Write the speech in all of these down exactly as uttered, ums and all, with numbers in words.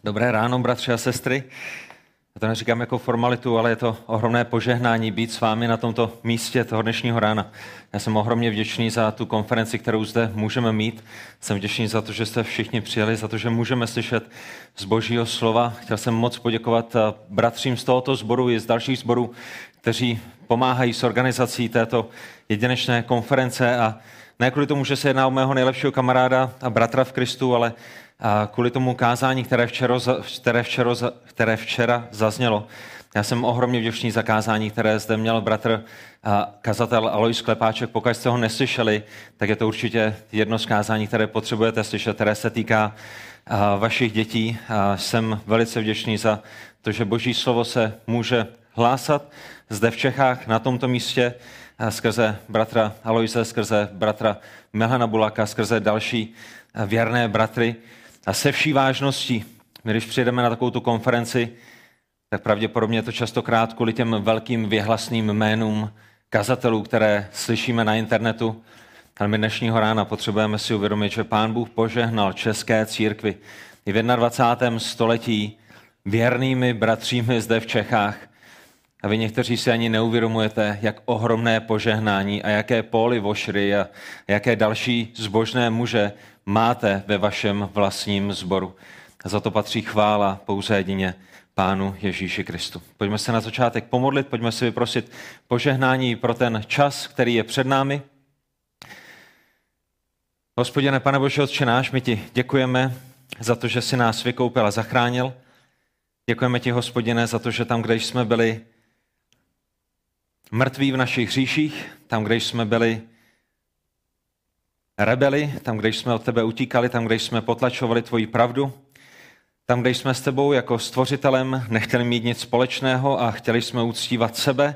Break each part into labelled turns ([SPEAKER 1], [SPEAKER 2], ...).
[SPEAKER 1] Dobré ráno, bratři a sestry. Já to neříkám jako formalitu, ale je to ohromné požehnání být s vámi na tomto místě toho dnešního rána. Já jsem ohromně vděčný za tu konferenci, kterou zde můžeme mít. Jsem vděčný za to, že jste všichni přijeli, za to, že můžeme slyšet z Božího slova. Chtěl jsem moc poděkovat bratřím z tohoto sboru i z dalších sborů, kteří pomáhají s organizací této jedinečné konference. A ne kvůli tomu, že se jedná o mého nejlepšího kamaráda a bratra v Kristu, ale a kvůli tomu kázání, které včera, které, včera, které včera zaznělo. Já jsem ohromně vděčný za kázání, které zde měl bratr a kazatel Alois Klepáček. Pokud jste ho neslyšeli, tak je to určitě jedno z kázání, které potřebujete slyšet, které se týká vašich dětí. A jsem velice vděčný za to, že Boží slovo se může hlásat zde v Čechách, na tomto místě, skrze bratra Aloise, skrze bratra Milana Bulaka, skrze další věrné bratry. A se vší vážností, my když přijedeme na takovou tu konferenci, tak pravděpodobně je to častokrát kvůli těm velkým věhlasným jménům kazatelů, které slyšíme na internetu. Ale my dnešního rána potřebujeme si uvědomit, že Pán Bůh požehnal české církvi i v jednadvacátém století věrnými bratřími zde v Čechách. A vy někteří si ani neuvědomujete, jak ohromné požehnání a jaké Póly Vošry a jaké další zbožné muže máte ve vašem vlastním sboru. A za to patří chvála pouze jedině Pánu Ježíši Kristu. Pojďme se na začátek pomodlit, pojďme si vyprosit požehnání pro ten čas, který je před námi. Hospodine, Pane Bože, Otče náš, my ti děkujeme za to, že jsi nás vykoupil a zachránil. Děkujeme ti, Hospodine, za to, že tam, kde jsme byli mrtví v našich hříších, tam, kde jsme byli rebeli, tam, kde jsme od tebe utíkali, tam, kde jsme potlačovali tvoji pravdu, tam, kde jsme s tebou jako stvořitelem nechtěli mít nic společného a chtěli jsme uctívat sebe,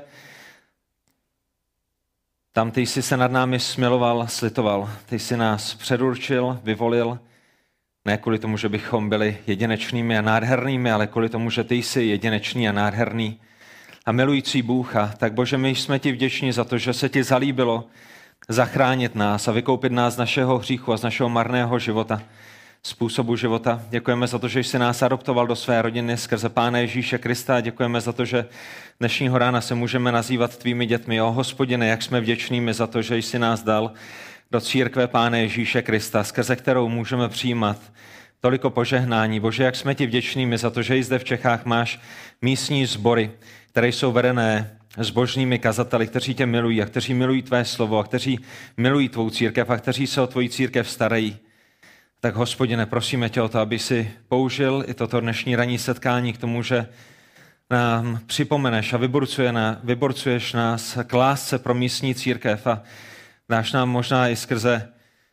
[SPEAKER 1] tam ty jsi se nad námi smiloval, slitoval. Ty jsi nás předurčil, vyvolil, ne kvůli tomu, že bychom byli jedinečnými a nádhernými, ale kvůli tomu, že ty jsi jedinečný a nádherný a milující Bůh. A tak, Bože, my jsme ti vděční za to, že se ti zalíbilo zachránit nás a vykoupit nás z našeho hříchu a z našeho marného života, způsobu života. Děkujeme za to, že jsi nás adoptoval do své rodiny skrze Pána Ježíše Krista. Děkujeme za to, že dnešního rána se můžeme nazývat tvými dětmi. O Hospodine, jak jsme vděčnými za to, že jsi nás dal do církve Pána Ježíše Krista, skrze kterou můžeme přijímat toliko požehnání. Bože, jak jsme ti vděčnými za to, že i zde v Čechách máš místní sbory, které jsou vedené zbožnými kazateli, kteří tě milují a kteří milují tvé slovo a kteří milují tvou církev a kteří se o tvoji církev starají. Tak, Hospodine, prosíme tě o to, aby si použil i toto dnešní ranní setkání k tomu, že nám připomeneš a vyborcuje na, vyborcuješ nás k lásce pro místní církev a dáš nám možná i skrze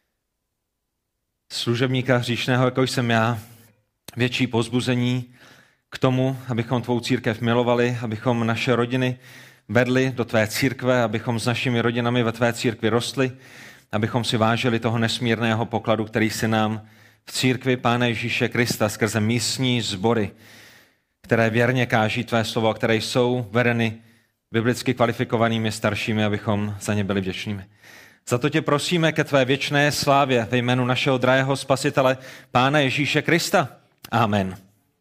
[SPEAKER 1] služebníka hříšného, jako jsem já, větší povzbuzení k tomu, abychom tvou církev milovali, abychom naše rodiny vedli do tvé církve, abychom s našimi rodinami ve tvé církvi rostli, abychom si vážili toho nesmírného pokladu, který si nám v církvi Pána Ježíše Krista skrze místní sbory, které věrně káží tvé slovo, které jsou vedeny biblicky kvalifikovanými staršími, abychom za ně byli vděčnými. Za to tě prosíme ke tvé věčné slávě ve jménu našeho drahého Spasitele Pána Ježíše Krista. Amen.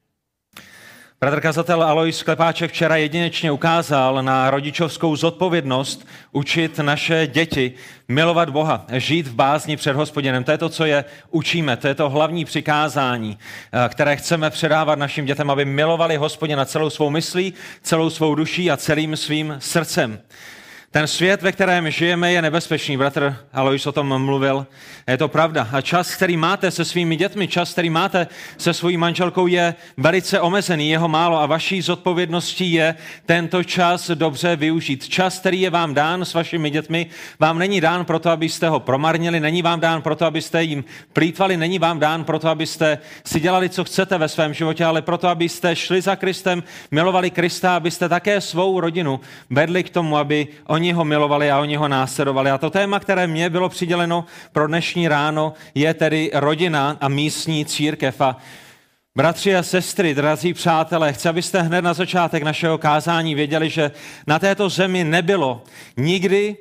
[SPEAKER 1] Bratr kazatel Alois Klepáček včera jedinečně ukázal na rodičovskou zodpovědnost učit naše děti milovat Boha, žít v bázni před Hospodinem. To je to, co je učíme, to je to hlavní přikázání, které chceme předávat našim dětem, aby milovali Hospodina celou svou myslí, celou svou duší a celým svým srdcem. Ten svět, ve kterém žijeme, je nebezpečný. Bratr Alois o tom mluvil. Je to pravda. A čas, který máte se svými dětmi, čas, který máte se svojí manželkou, je velice omezený, jeho málo. A vaší zodpovědností je tento čas dobře využít. Čas, který je vám dán s vašimi dětmi, vám není dán proto, abyste ho promarnili, není vám dán proto, abyste jim plýtvali, není vám dán proto, abyste si dělali, co chcete ve svém životě, ale proto, abyste šli za Kristem, milovali Krista, abyste také svou rodinu vedli k tomu, aby oni ho milovali a oni ho následovali. A to téma, které mě bylo přiděleno pro dnešní ráno, je tedy rodina a místní církev. A bratři a sestry, drazí přátelé, chci, abyste hned na začátek našeho kázání věděli, že na této zemi nebylo nikdy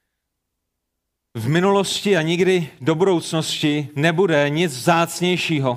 [SPEAKER 1] v minulosti a nikdy do budoucnosti nebude nic vzácnějšího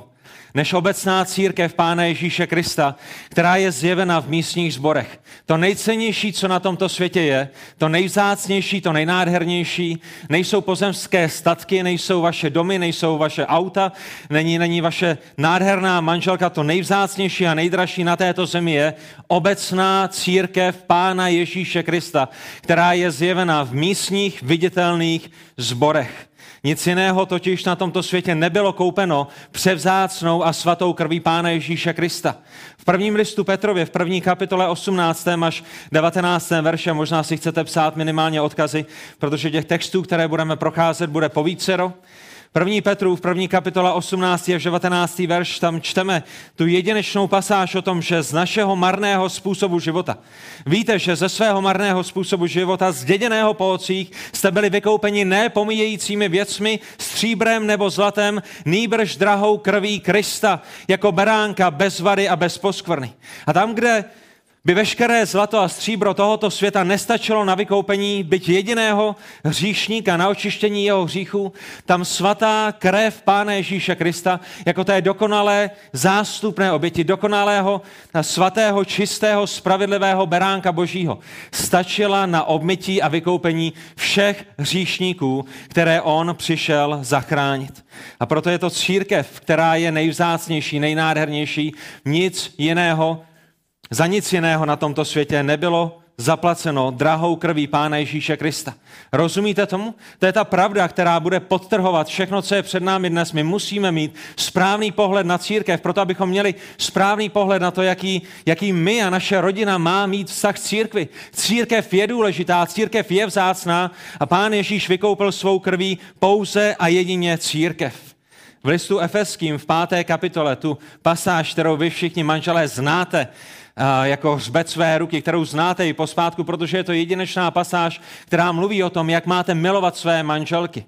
[SPEAKER 1] než obecná církev Pána Ježíše Krista, která je zjevena v místních sborech. To nejcennější, co na tomto světě je, to nejvzácnější, to nejnádhernější, nejsou pozemské statky, nejsou vaše domy, nejsou vaše auta, není, není vaše nádherná manželka, to nejvzácnější a nejdražší na této zemi je obecná církev Pána Ježíše Krista, která je zjevena v místních viditelných sborech. Nic jiného totiž na tomto světě nebylo koupeno převzácnou a svatou krví Pána Ježíše Krista. V prvním listu Petrově, v první kapitole osmnáctém až devatenáctém verše, možná si chcete psát minimálně odkazy, protože těch textů, které budeme procházet, bude povícero. První Petrův, první kapitola osmnáctý až devatenáctý verš, tam čteme tu jedinečnou pasáž o tom, že z našeho marného způsobu života. Víte, že ze svého marného způsobu života, zděděného po otcích, jste byli vykoupeni ne pomíjejícími věcmi, stříbrem nebo zlatem, nýbrž drahou krví Krista, jako beránka bez vady a bez poskvrny. A tam, kde by veškeré zlato a stříbro tohoto světa nestačilo na vykoupení byť jediného hříšníka, na očištění jeho hříchů, tam svatá krev Pána Ježíše Krista, jako té dokonalé zástupné oběti, dokonalého, svatého, čistého, spravedlivého beránka Božího, stačila na obmytí a vykoupení všech hříšníků, které on přišel zachránit. A proto je to církev, která je nejvzácnější, nejnádhernější, nic jiného, za nic jiného na tomto světě nebylo zaplaceno drahou krví Pána Ježíše Krista. Rozumíte tomu? To je ta pravda, která bude podtrhovat všechno, co je před námi dnes. My musíme mít správný pohled na církev, proto abychom měli správný pohled na to, jaký, jaký my a naše rodina má mít vztah k církvi. Církev je důležitá, církev je vzácná a Pán Ježíš vykoupil svou krví pouze a jedině církev. V listu Efeským v páté kapitole tu pasáž, kterou vy všichni manželé znáte, jako hřbet své ruky, kterou znáte i pospátku, protože je to jedinečná pasáž, která mluví o tom, jak máte milovat své manželky.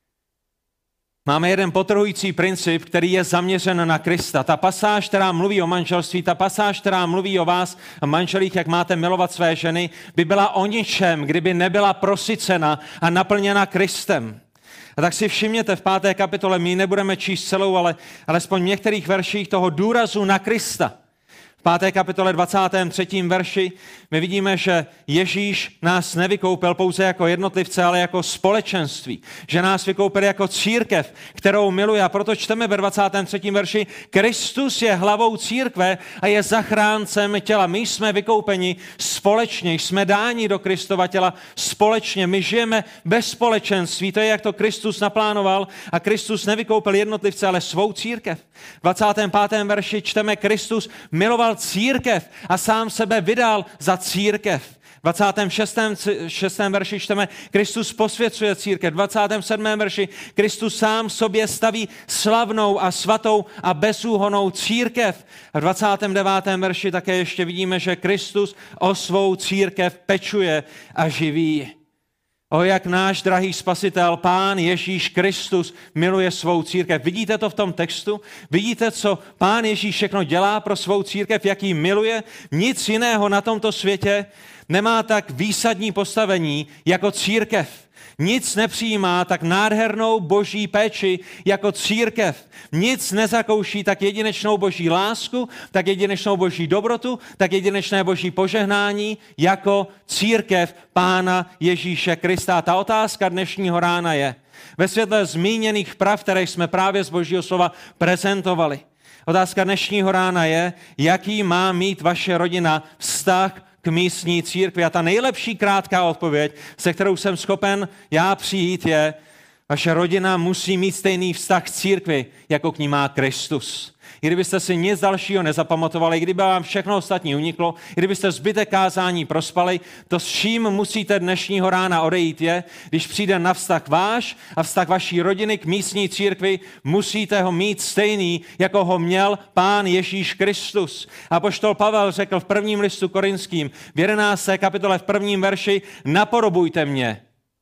[SPEAKER 1] Máme jeden potrhující princip, který je zaměřen na Krista. Ta pasáž, která mluví o manželství, ta pasáž, která mluví o vás a manželích, jak máte milovat své ženy, by byla o ničem, kdyby nebyla prosycena a naplněna Kristem. A tak si všimněte, v páté kapitole my nebudeme číst celou, ale alespoň v některých verších toho důrazu na Krista. V páté kapitole dvacátém třetím verši my vidíme, že Ježíš nás nevykoupil pouze jako jednotlivce, ale jako společenství. Že nás vykoupil jako církev, kterou miluje. A proto čteme ve dvacátém třetím verši, Kristus je hlavou církve a je zachráncem těla. My jsme vykoupeni společně, jsme dáni do Kristova těla společně. My žijeme bez společenství, to je, jak to Kristus naplánoval. A Kristus nevykoupil jednotlivce, ale svou církev. V dvacátém pátém verši čteme, Kristus miloval církev a sám sebe vydal za církev. V dvacátém šestém verši čteme, Kristus posvěcuje církev. V dvacátém sedmém verši Kristus sám sobě staví slavnou a svatou a bezúhonnou církev. A v dvacátém devátém verši také ještě vidíme, že Kristus o svou církev pečuje a živí. O, jak náš drahý spasitel, Pán Ježíš Kristus miluje svou církev. Vidíte to v tom textu? Vidíte, co Pán Ježíš všechno dělá pro svou církev, jak ji miluje? Nic jiného na tomto světě nemá tak výsadní postavení jako církev. Nic nepřijímá tak nádhernou boží péči jako církev. Nic nezakouší tak jedinečnou boží lásku, tak jedinečnou boží dobrotu, tak jedinečné boží požehnání jako církev Pána Ježíše Krista. Ta otázka dnešního rána je, ve světle zmíněných prav, které jsme právě z božího slova prezentovali. Otázka dnešního rána je, jaký má mít vaše rodina vztah k místní církvi. A ta nejlepší krátká odpověď, se kterou jsem schopen já přijít, je, vaše rodina musí mít stejný vztah k církvi, jako k ní má Kristus. I kdybyste si nic dalšího nezapamatovali, kdyby vám všechno ostatní uniklo, i kdybyste zbytek kázání prospali, to, s čím musíte dnešního rána odejít, je, když přijde na vztah váš a vztah vaší rodiny k místní církvi, musíte ho mít stejný, jako ho měl Pán Ježíš Kristus. Apoštol Pavel řekl v prvním listu Korinským, v jedenácté kapitole v prvním verši, napodobujte mě,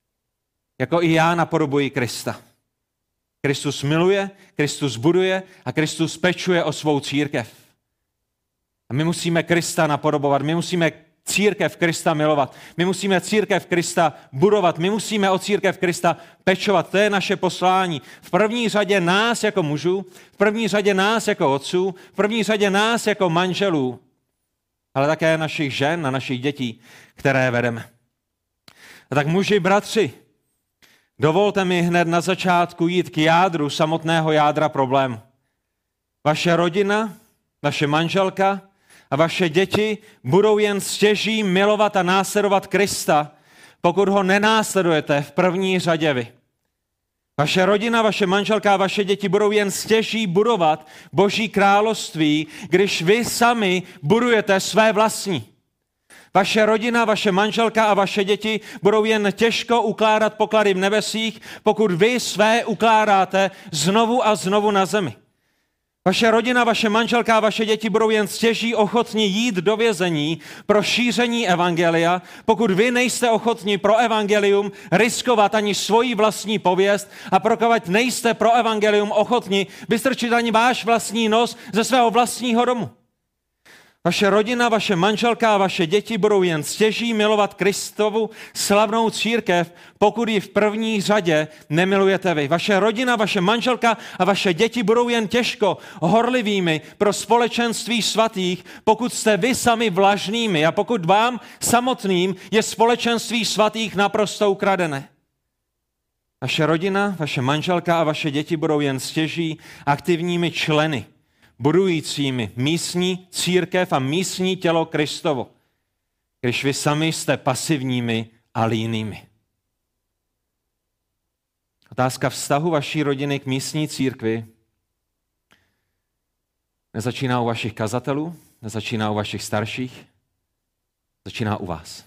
[SPEAKER 1] jako i já napodobuji Krista. Kristus miluje, Kristus buduje a Kristus pečuje o svou církev. A my musíme Krista napodobovat, my musíme církev Krista milovat. My musíme církev Krista budovat. My musíme o církev Krista pečovat. To je naše poslání. V první řadě nás jako mužů, v první řadě nás jako otců, v první řadě nás jako manželů, ale také našich žen a našich dětí, které vedeme. A tak muži, bratři, dovolte mi hned na začátku jít k jádru samotného jádra problému. Vaše rodina, vaše manželka a vaše děti budou jen stěží milovat a následovat Krista, pokud ho nenásledujete v první řadě vy. Vaše rodina, vaše manželka a vaše děti budou jen stěží budovat Boží království, když vy sami budujete své vlastní. Vaše rodina, vaše manželka a vaše děti budou jen těžko ukládat poklady v nebesích, pokud vy své ukládáte znovu a znovu na zemi. Vaše rodina, vaše manželka a vaše děti budou jen stěží ochotní jít do vězení pro šíření evangelia, pokud vy nejste ochotní pro evangelium riskovat ani svoji vlastní pověst a pokud nejste pro evangelium ochotní vystrčit ani váš vlastní nos ze svého vlastního domu. Vaše rodina, vaše manželka a vaše děti budou jen stěží milovat Kristovu slavnou církev, pokud ji v první řadě nemilujete vy. Vaše rodina, vaše manželka a vaše děti budou jen těžko horlivými pro společenství svatých, pokud jste vy sami vlažnými a pokud vám samotným je společenství svatých naprosto ukradené. Vaše rodina, vaše manželka a vaše děti budou jen stěží aktivními členy, budujícími místní církev a místní tělo Kristovo, když vy sami jste pasivními a línými. Otázka vztahu vaší rodiny k místní církvi nezačíná u vašich kazatelů, nezačíná u vašich starších, začíná u vás.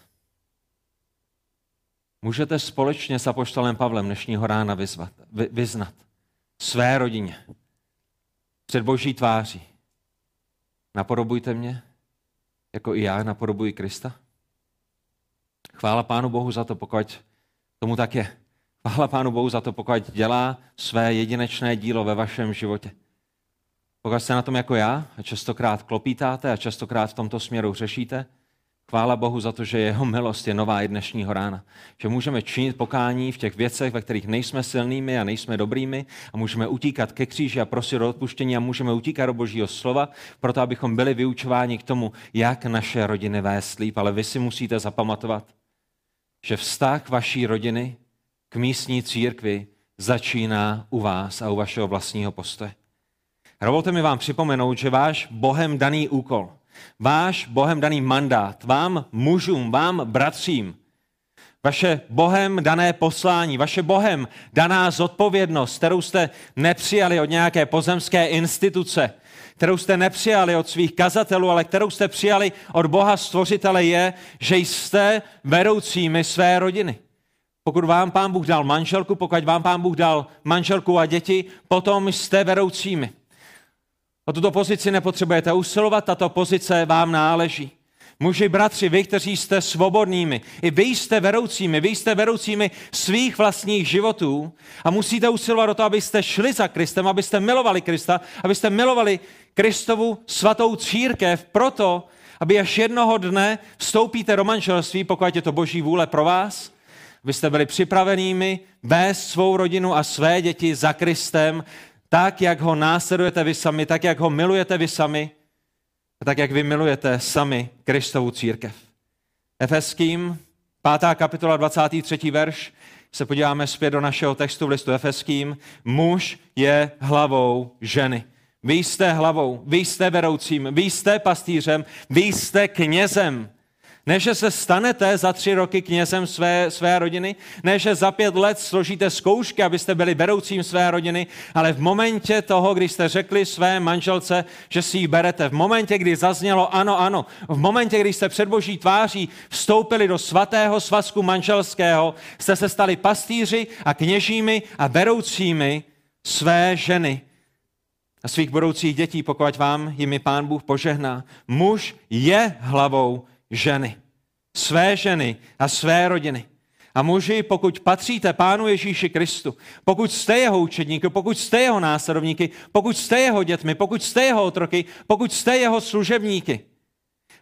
[SPEAKER 1] Můžete společně s apoštolem Pavlem dnešního rána vyzvat, vy, vyznat své rodině před Boží tváří. Napodobujte mě, jako i já napodobuji Krista. Chvála Pánu Bohu za to, pokud tomu tak je. Chvála Pánu Bohu za to, pokud dělá své jedinečné dílo ve vašem životě. Pokud jste na tom jako já a častokrát klopítáte a častokrát v tomto směru řešíte, chvála Bohu za to, že jeho milost je nová i dnešního rána. Že můžeme činit pokání v těch věcech, ve kterých nejsme silnými a nejsme dobrými a můžeme utíkat ke kříži a prosit o odpuštění a můžeme utíkat do Božího slova, proto abychom byli vyučováni k tomu, jak naše rodiny vést líp. Ale vy si musíte zapamatovat, že vztah vaší rodiny k místní církvi začíná u vás a u vašeho vlastního postoje. Dovolte mi vám připomenout, že váš Bohem daný úkol, váš Bohem daný mandát, vám mužům, vám bratřím, vaše Bohem dané poslání, vaše Bohem daná zodpovědnost, kterou jste nepřijali od nějaké pozemské instituce, kterou jste nepřijali od svých kazatelů, ale kterou jste přijali od Boha Stvořitele, je, že jste vedoucími své rodiny. Pokud vám Pán Bůh dal manželku, pokud vám Pán Bůh dal manželku a děti, potom jste vedoucími. O tuto pozici nepotřebujete usilovat, tato pozice vám náleží. Muži, bratři, vy, kteří jste svobodnými, i vy jste vedoucími, vy jste vedoucími svých vlastních životů a musíte usilovat o to, abyste šli za Kristem, abyste milovali Krista, abyste milovali Kristovu svatou církev proto, aby až jednoho dne vstoupíte do manželství, pokud je to Boží vůle pro vás, abyste byli připravenými vést svou rodinu a své děti za Kristem, tak, jak ho následujete vy sami, tak, jak ho milujete vy sami, a tak, jak vy milujete sami Kristovu církev. Efeským, pátá kapitola, dvacátý třetí verš, se podíváme zpět do našeho textu v listu Efeským. Muž je hlavou ženy. Vy jste hlavou, vy jste vedoucím, vy jste pastýřem, vy jste knězem. Ne, že se stanete za tři roky knězem své, své rodiny, ne, že za pět let složíte zkoušky, abyste byli vedoucím své rodiny, ale v momentě toho, kdy jste řekli své manželce, že si ji berete, v momentě, kdy zaznělo ano, ano, v momentě, kdy jste před Boží tváří vstoupili do svatého svazku manželského, jste se stali pastýři a kněžími a vedoucími své ženy a svých budoucích dětí, pokud vám jimi Pán Bůh požehná. Muž je hlavou ženy, své ženy a své rodiny. A muži, pokud patříte Pánu Ježíši Kristu, pokud jste jeho učedníky, pokud jste jeho následovníky, pokud jste jeho dětmi, pokud jste jeho otroky, pokud jste jeho služebníky,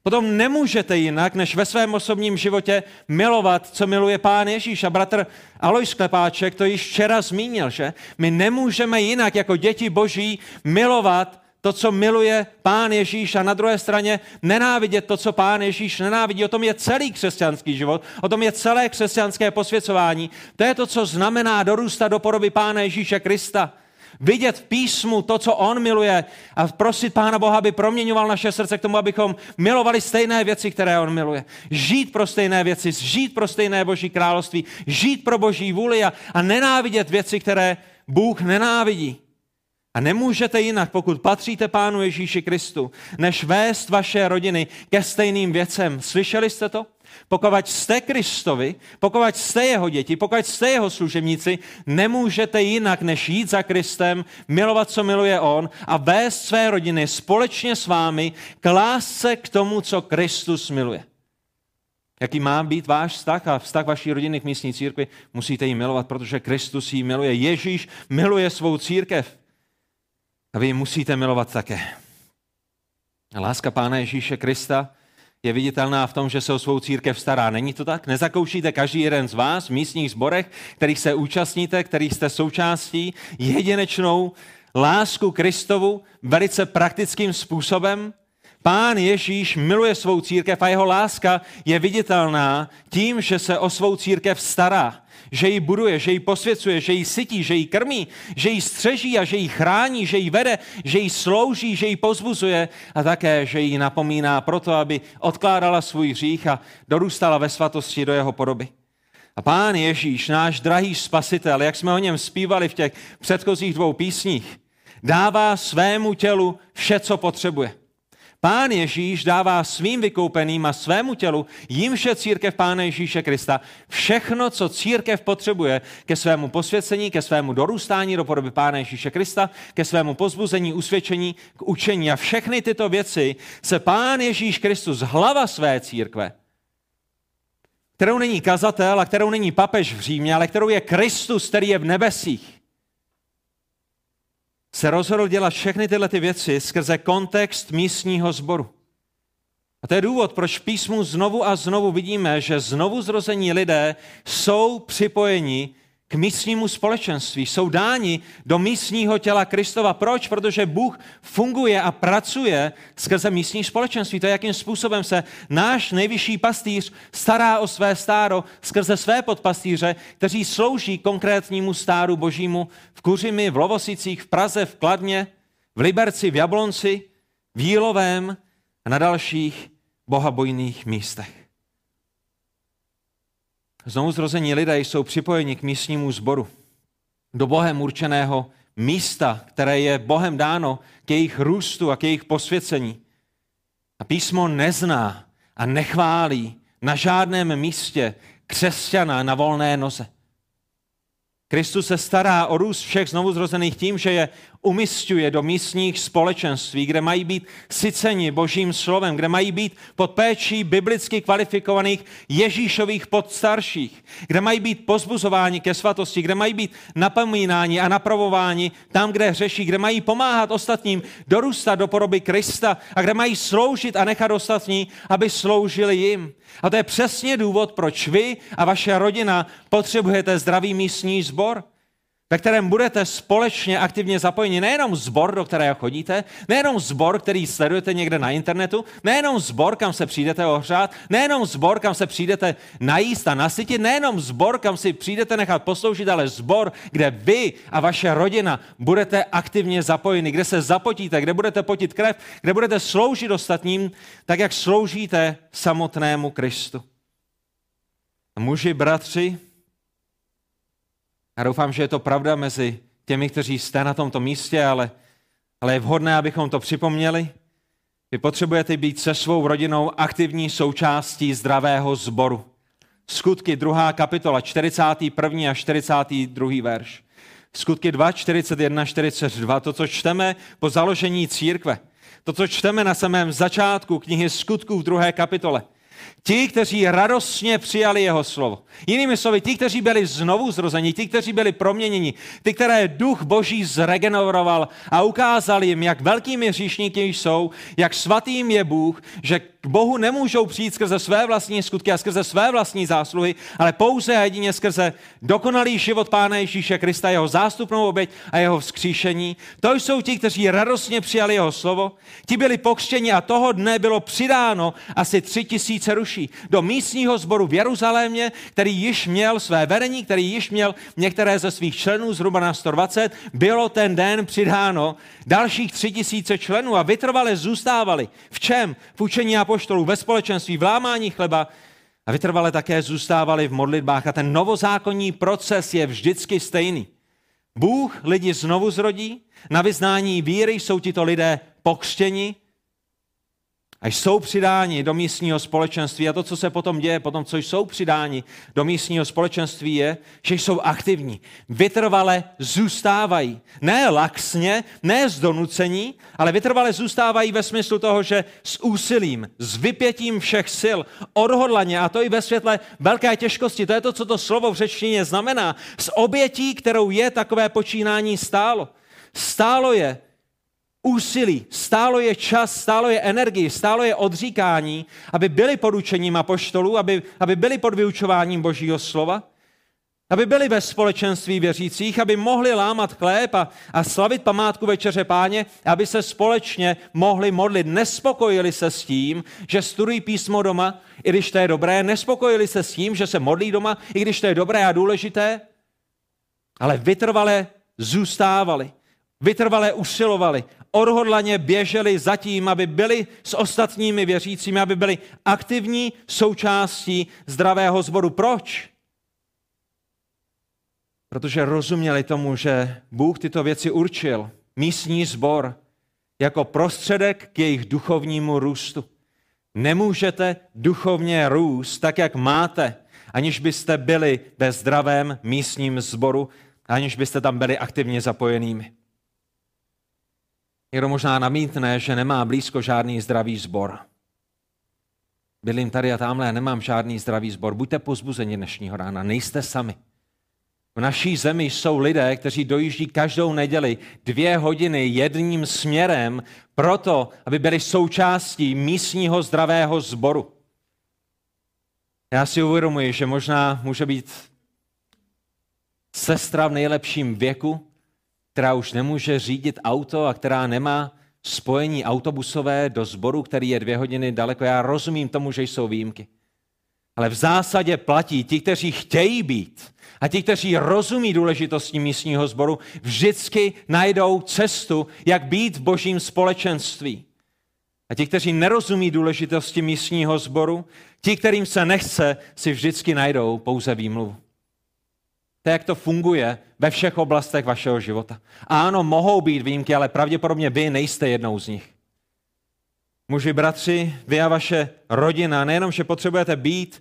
[SPEAKER 1] Potom nemůžete jinak, než ve svém osobním životě milovat, co miluje Pán Ježíš. A bratr Alojz Klepáček to již včera zmínil, že? My nemůžeme jinak jako děti Boží milovat to, co miluje Pán Ježíš a na druhé straně nenávidět to, co Pán Ježíš nenávidí. O tom je celý křesťanský život, o tom je celé křesťanské posvěcování. To je to, co znamená dorůstat do podoby Pána Ježíše Krista. Vidět v písmu to, co on miluje a prosit Pána Boha, aby proměňoval naše srdce k tomu, abychom milovali stejné věci, které on miluje. Žít pro stejné věci, žít pro stejné Boží království, žít pro Boží vůli a, a nenávidět věci, které Bůh nenávidí. A nemůžete jinak, pokud patříte Pánu Ježíši Kristu, než vést vaše rodiny ke stejným věcem. Slyšeli jste to? Pokud jste Kristovi, pokud jste jeho děti, pokud jste jeho služebníci, nemůžete jinak, než jít za Kristem, milovat, co miluje on a vést své rodiny společně s vámi k lásce k tomu, co Kristus miluje. Jaký má být váš vztah a vztah vaší rodiny k místní církvi? Musíte ji milovat, protože Kristus ji miluje. Ježíš miluje svou církev. A vy ji musíte milovat také. A láska Pána Ježíše Krista je viditelná v tom, že se o svou církev stará. Není to tak? Nezakoušíte každý jeden z vás v místních sborech, kterých se účastníte, kterých jste součástí, jedinečnou lásku Kristovu velice praktickým způsobem? Pán Ježíš miluje svou církev a jeho láska je viditelná tím, že se o svou církev stará, že ji buduje, že ji posvěcuje, že ji sytí, že ji krmí, že ji střeží a že ji chrání, že ji vede, že ji slouží, že ji pozbuzuje a také, že ji napomíná proto, aby odkládala svůj hřích a dorůstala ve svatosti do jeho podoby. A Pán Ježíš, náš drahý spasitel, jak jsme o něm zpívali v těch předchozích dvou písních, dává svému tělu vše, co potřebuje. Pán Ježíš dává svým vykoupeným a svému tělu, jimž je církev Pána Ježíše Krista, všechno, co církev potřebuje ke svému posvěcení, ke svému dorůstání do podoby Pána Ježíše Krista, ke svému pozbuzení, usvědčení, k učení. A všechny tyto věci se Pán Ježíš Kristus, hlava své církve, kterou není kazatel a kterou není papež v Římě, ale kterou je Kristus, který je v nebesích, se rozhodl dělat všechny tyhle ty věci skrze kontext místního sboru. A to je důvod, proč v písmu znovu a znovu vidíme, že znovu zrození lidé jsou připojeni k místnímu společenství, jsou dáni do místního těla Kristova. Proč? Protože Bůh funguje a pracuje skrze místní společenství. To je, jakým způsobem se náš nejvyšší pastýř stará o své stádo skrze své podpastýře, kteří slouží konkrétnímu stádu Božímu v Kuřimi, v Lovosicích, v Praze, v Kladně, v Liberci, v Jablonci, v Jílovém a na dalších bohabojných místech. Znovuzrození lidé jsou připojeni k místnímu sboru, do Bohem určeného místa, které je Bohem dáno k jejich růstu a k jejich posvěcení. A písmo nezná a nechválí na žádném místě křesťana na volné noze. Kristus se stará o růst všech znovuzrozených tím, že je umisťuje do místních společenství, kde mají být syceni Božím slovem, kde mají být pod péčí biblicky kvalifikovaných Ježíšových podstarších, kde mají být pozbuzováni ke svatosti, kde mají být napomínáni a napravováni tam, kde hřeší, kde mají pomáhat ostatním dorůstat do podoby Krista a kde mají sloužit a nechat ostatní, aby sloužili jim. A to je přesně důvod, proč vy a vaše rodina potřebujete zdravý místní sbor, ve kterém budete společně aktivně zapojeni. Nejenom sbor, do kterého chodíte, nejenom sbor, který sledujete někde na internetu, nejenom sbor, kam se přijdete ohřát, nejenom sbor, kam se přijdete najíst a nasytit, nejenom sbor, kam si přijdete nechat posloužit, ale sbor, kde vy a vaše rodina budete aktivně zapojeni, kde se zapotíte, kde budete potit krev, kde budete sloužit ostatním, tak jak sloužíte samotnému Kristu. A muži, bratři, já doufám, že je to pravda mezi těmi, kteří jste na tomto místě, ale, ale je vhodné, abychom to připomněli. Vy potřebujete být se svou rodinou aktivní součástí zdravého sboru. Skutky druhá kapitola, čtyřicátý první a čtyřicátý druhý verš. Skutky dva, čtyřicet jedna, čtyřicet dva, to, co čteme po založení církve. To, co čteme na samém začátku knihy Skutků v druhé kapitole. Ti, kteří radostně přijali jeho slovo. Jinými slovy, ti, kteří byli znovu zrozeni, ti, kteří byli proměněni, ty, které duch Boží zregeneroval a ukázal jim, jak velkými hříšníky jsou, jak svatým je Bůh, že K Bohu nemůžou přijít skrze své vlastní skutky a skrze své vlastní zásluhy, ale pouze a jedině skrze dokonalý život Pána Ježíše Krista, jeho zástupnou oběť a jeho vzkříšení. To jsou ti, kteří radostně přijali jeho slovo. Ti byli pokřtěni a toho dne bylo přidáno asi tři tisíce ruší do místního sboru v Jeruzalémě, který již měl své vedení, který již měl některé ze svých členů, zhruba na sto dvacet, bylo ten den přidáno dalších tři tisíce členů a vytrvale zůstávali. V čem? V učení apoštolů, ve společenství, v lámání chleba a vytrvale také zůstávali v modlitbách. A ten novozákonní proces je vždycky stejný. Bůh lidi znovu zrodí, na vyznání víry jsou tito lidé pokřtěni a jsou přidáni do místního společenství. A to, co se potom děje, potom, co jsou přidáni do místního společenství, je, že jsou aktivní. Vytrvale zůstávají. Ne laxně, ne z donucení, ale vytrvale zůstávají ve smyslu toho, že s úsilím, s vypětím všech sil, odhodlaně, a to i ve světle velké těžkosti, to je to, co to slovo v řečtině znamená, s obětí, kterou je takové počínání stálo. Stálo je úsilí, stálo je čas, stálo je energii, stálo je odříkání, aby byli pod učením apoštolů, aby, aby byli pod vyučováním Božího slova, aby byli ve společenství věřících, aby mohli lámat chléb a, a slavit památku Večeře Páně, aby se společně mohli modlit. Nespokojili se s tím, že studují písmo doma, i když to je dobré, nespokojili se s tím, že se modlí doma, i když to je dobré a důležité, ale vytrvale zůstávali, vytrvale usilovali, odhodlaně běželi za tím, aby byli s ostatními věřícími, aby byli aktivní součástí zdravého sboru. Proč? Protože rozuměli tomu, že Bůh tyto věci určil, místní sbor, jako prostředek k jejich duchovnímu růstu. Nemůžete duchovně růst tak, jak máte, aniž byste byli ve zdravém místním sboru, aniž byste tam byli aktivně zapojenými. Někdo možná namítne, že nemá blízko žádný zdravý sbor. Bydlím tady a tamhle a nemám žádný zdravý sbor. Buďte povzbuzeni dnešního rána, nejste sami. V naší zemi jsou lidé, kteří dojíždí každou neděli dvě hodiny jedním směrem proto, aby byli součástí místního zdravého sboru. Já si uvědomuji, že možná může být sestra v nejlepším věku, která už nemůže řídit auto a která nemá spojení autobusové do sboru, který je dvě hodiny daleko. Já rozumím tomu, že jsou výjimky. Ale v zásadě platí ti, kteří chtějí být a ti, kteří rozumí důležitosti místního sboru, vždycky najdou cestu, jak být v Božím společenství. A ti, kteří nerozumí důležitosti místního sboru, ti, kterým se nechce, si vždycky najdou pouze výmluvu. To je, jak to funguje ve všech oblastech vašeho života. A ano, mohou být výjimky, ale pravděpodobně vy nejste jednou z nich. Muži, bratři, vy a vaše rodina, nejenom, že potřebujete být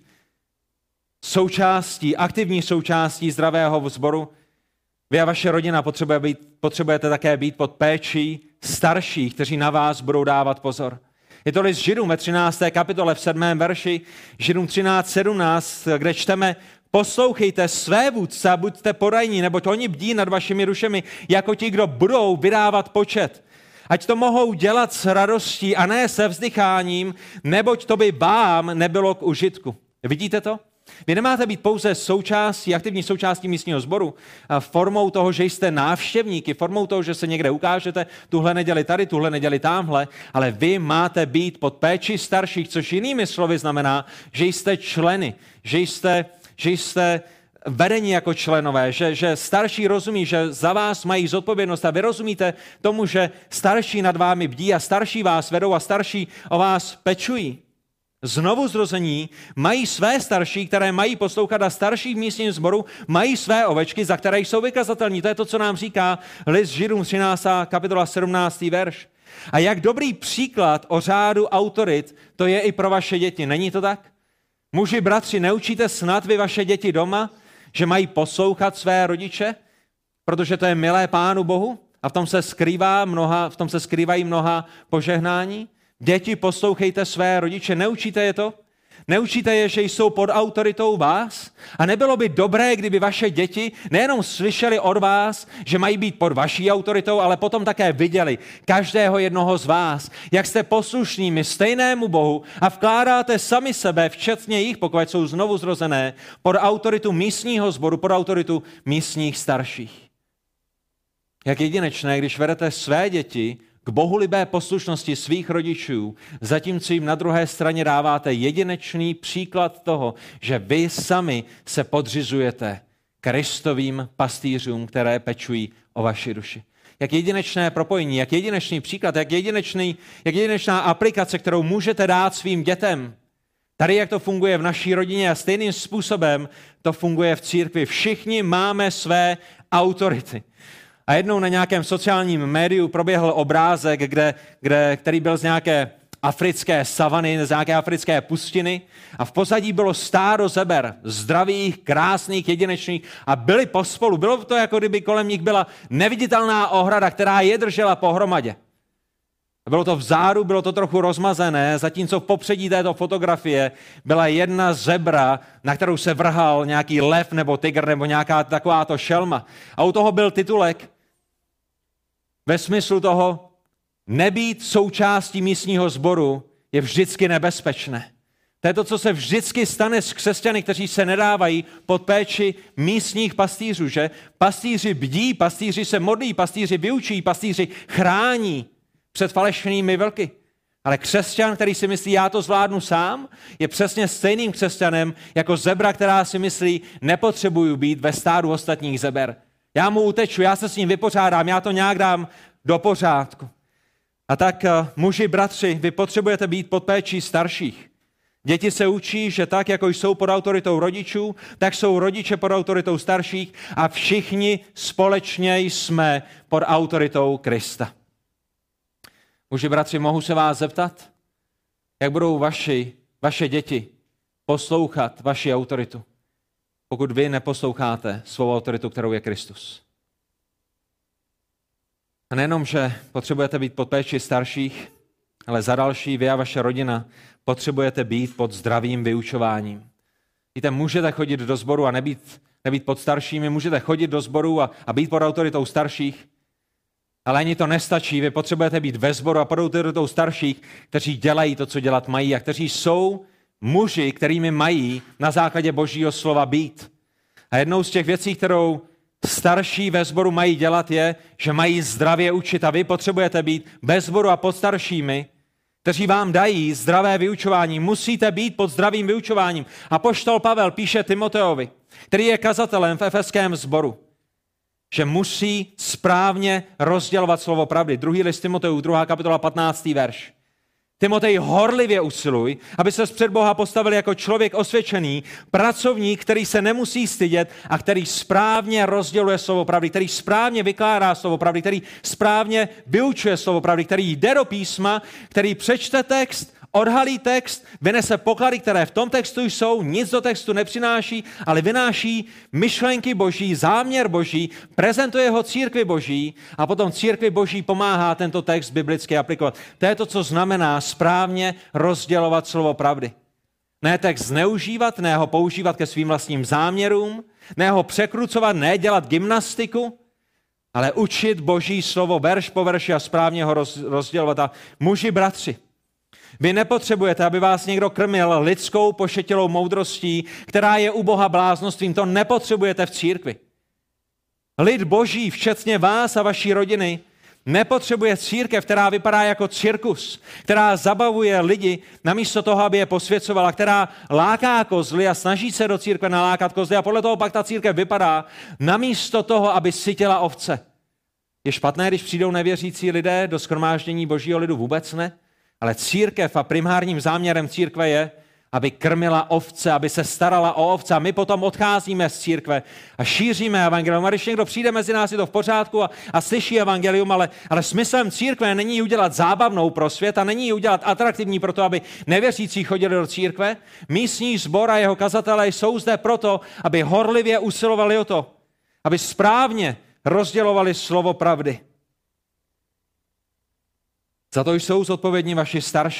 [SPEAKER 1] součástí, aktivní součástí zdravého sboru, vy a vaše rodina potřebuje být, potřebujete také být pod péčí starších, kteří na vás budou dávat pozor. Je to list Židům ve třinácté kapitole v sedmém verši, Židům třináct sedmnáct, kde čteme: poslouchejte své vůdce a buďte podajní, neboť oni bdí nad vašimi dušemi, jako ti, kdo budou vydávat počet. Ať to mohou dělat s radostí a ne se vzdycháním, neboť to by vám nebylo k užitku. Vidíte to? Vy nemáte být pouze součástí, aktivní součástí místního sboru, formou toho, že jste návštěvníky, formou toho, že se někde ukážete, tuhle neděli tady, tuhle neděli tamhle, ale vy máte být pod péči starších, což jinými slovy znamená, že jste členy, že jste, že jste vedení jako členové, že, že starší rozumí, že za vás mají zodpovědnost a vy rozumíte tomu, že starší nad vámi bdí a starší vás vedou a starší o vás pečují. Znovu zrození mají své starší, které mají poslouchat, a starší v místním sboru mají své ovečky, za které jsou vykazatelní. To je to, co nám říká list Židům třináctá kapitola sedmnáctý verš. A jak dobrý příklad o řádu autorit, to je i pro vaše děti. Není to tak? Muži, bratři, neučíte snad vy vaše děti doma, že mají poslouchat své rodiče, protože to je milé Pánu Bohu a v tom se skrývá mnoha, v tom se skrývají mnoha požehnání? Děti, poslouchejte své rodiče, neučíte je to? Neučíte je, že jsou pod autoritou vás? A nebylo by dobré, kdyby vaše děti nejenom slyšeli od vás, že mají být pod vaší autoritou, ale potom také viděli každého jednoho z vás, jak jste poslušnými stejnému Bohu a vkládáte sami sebe, včetně jich, pokud jsou znovu zrozené, pod autoritu místního sboru, pod autoritu místních starších. Jak jedinečné, když vedete své děti k bohulibé poslušnosti svých rodičů, zatímco jim na druhé straně dáváte jedinečný příklad toho, že vy sami se podřizujete Kristovým pastýřům, které pečují o vaši duši. Jak jedinečné propojení, jak jedinečný příklad, jak, jedinečný, jak jedinečná aplikace, kterou můžete dát svým dětem. Tady, jak to funguje v naší rodině a stejným způsobem to funguje v církvi. Všichni máme své autority. A jednou na nějakém sociálním médiu proběhl obrázek, kde, kde, který byl z nějaké africké savany, z nějaké africké pustiny a v pozadí bylo stádo zeber, zdravých, krásných, jedinečných a byli pospolu. Bylo to, jako kdyby kolem nich byla neviditelná ohrada, která je držela pohromadě. Bylo to vzadu, bylo to trochu rozmazené, zatímco v popředí této fotografie byla jedna zebra, na kterou se vrhal nějaký lev nebo tygr nebo nějaká takováto šelma. A u toho byl titulek ve smyslu toho, nebýt součástí místního sboru je vždycky nebezpečné. To je to, co se vždycky stane s křesťany, kteří se nedávají pod péči místních pastýřů, že? Pastýři bdí, pastýři se modlí, pastýři vyučují, pastýři chrání před falešnými vlky. Ale křesťan, který si myslí, já to zvládnu sám, je přesně stejným křesťanem jako zebra, která si myslí, nepotřebuju být ve stádu ostatních zeber. Já mu uteču, já se s ním vypořádám, já to nějak dám do pořádku. A tak, muži, bratři, vy potřebujete být pod péčí starších. Děti se učí, že tak, jako jsou pod autoritou rodičů, tak jsou rodiče pod autoritou starších a všichni společně jsme pod autoritou Krista. Muži, bratři, mohu se vás zeptat, jak budou vaši, vaše děti poslouchat vaši autoritu, pokud vy neposloucháte svou autoritu, kterou je Kristus. A nejenom, že potřebujete být pod péči starších, ale za další vy a vaše rodina potřebujete být pod zdravým vyučováním. Víte, můžete chodit do sboru a nebýt, nebýt pod staršími, můžete chodit do sboru a, a být pod autoritou starších, ale ani to nestačí. Vy potřebujete být ve sboru a pod autoritou starších, kteří dělají to, co dělat mají a kteří jsou muži, kterými mají na základě Božího slova být. A jednou z těch věcí, kterou starší ve sboru mají dělat, je, že mají zdravě učit a vy potřebujete být ve sboru a pod staršími, kteří vám dají zdravé vyučování. Musíte být pod zdravým vyučováním. Apoštol Pavel píše Timoteovi, který je kazatelem v efeském sboru, že musí správně rozdělovat slovo pravdy. Druhý list Timoteův, druhá kapitola, patnáctý verš. Timotej, horlivě usiluj, aby ses před Boha postavil jako člověk osvědčený, pracovník, který se nemusí stydět a který správně rozděluje slovo pravdy, který správně vykládá slovo pravdy, který správně vyučuje slovo pravdy, který jde do písma, který přečte text, odhalí text, vynese poklady, které v tom textu jsou, nic do textu nepřináší, ale vynáší myšlenky Boží, záměr Boží, prezentuje ho církvi Boží a potom církvi Boží pomáhá tento text biblicky aplikovat. To je to, co znamená správně rozdělovat slovo pravdy. Ne text zneužívat, ne ho používat ke svým vlastním záměrům, ne ho překrucovat, ne dělat gymnastiku, ale učit Boží slovo verš po verši a správně ho rozdělovat. A muži, bratři, vy nepotřebujete, aby vás někdo krmil lidskou pošetilou moudrostí, která je u Boha bláznostvím. To nepotřebujete v církvi. Lid Boží, včetně vás a vaší rodiny, nepotřebuje církev, která vypadá jako cirkus, která zabavuje lidi namísto toho, aby je posvěcovala, která láká kozly a snaží se do církve nalákat kozly a podle toho pak ta církev vypadá namísto toho, aby sytila ovce. Je špatné, když přijdou nevěřící lidé do shromáždění Božího lidu? Vůbec ne. Ale církev a primárním záměrem církve je, aby krmila ovce, aby se starala o ovce. A my potom odcházíme z církve a šíříme evangelium. A když někdo přijde mezi nás, je to v pořádku a, a slyší evangelium, ale, ale smyslem církve není ji udělat zábavnou pro svět a není ji udělat atraktivní pro to, aby nevěřící chodili do církve. Místní sbor a jeho kazatelé jsou zde proto, aby horlivě usilovali o to, aby správně rozdělovali slovo pravdy. Za to jsou zodpovědní vaši starší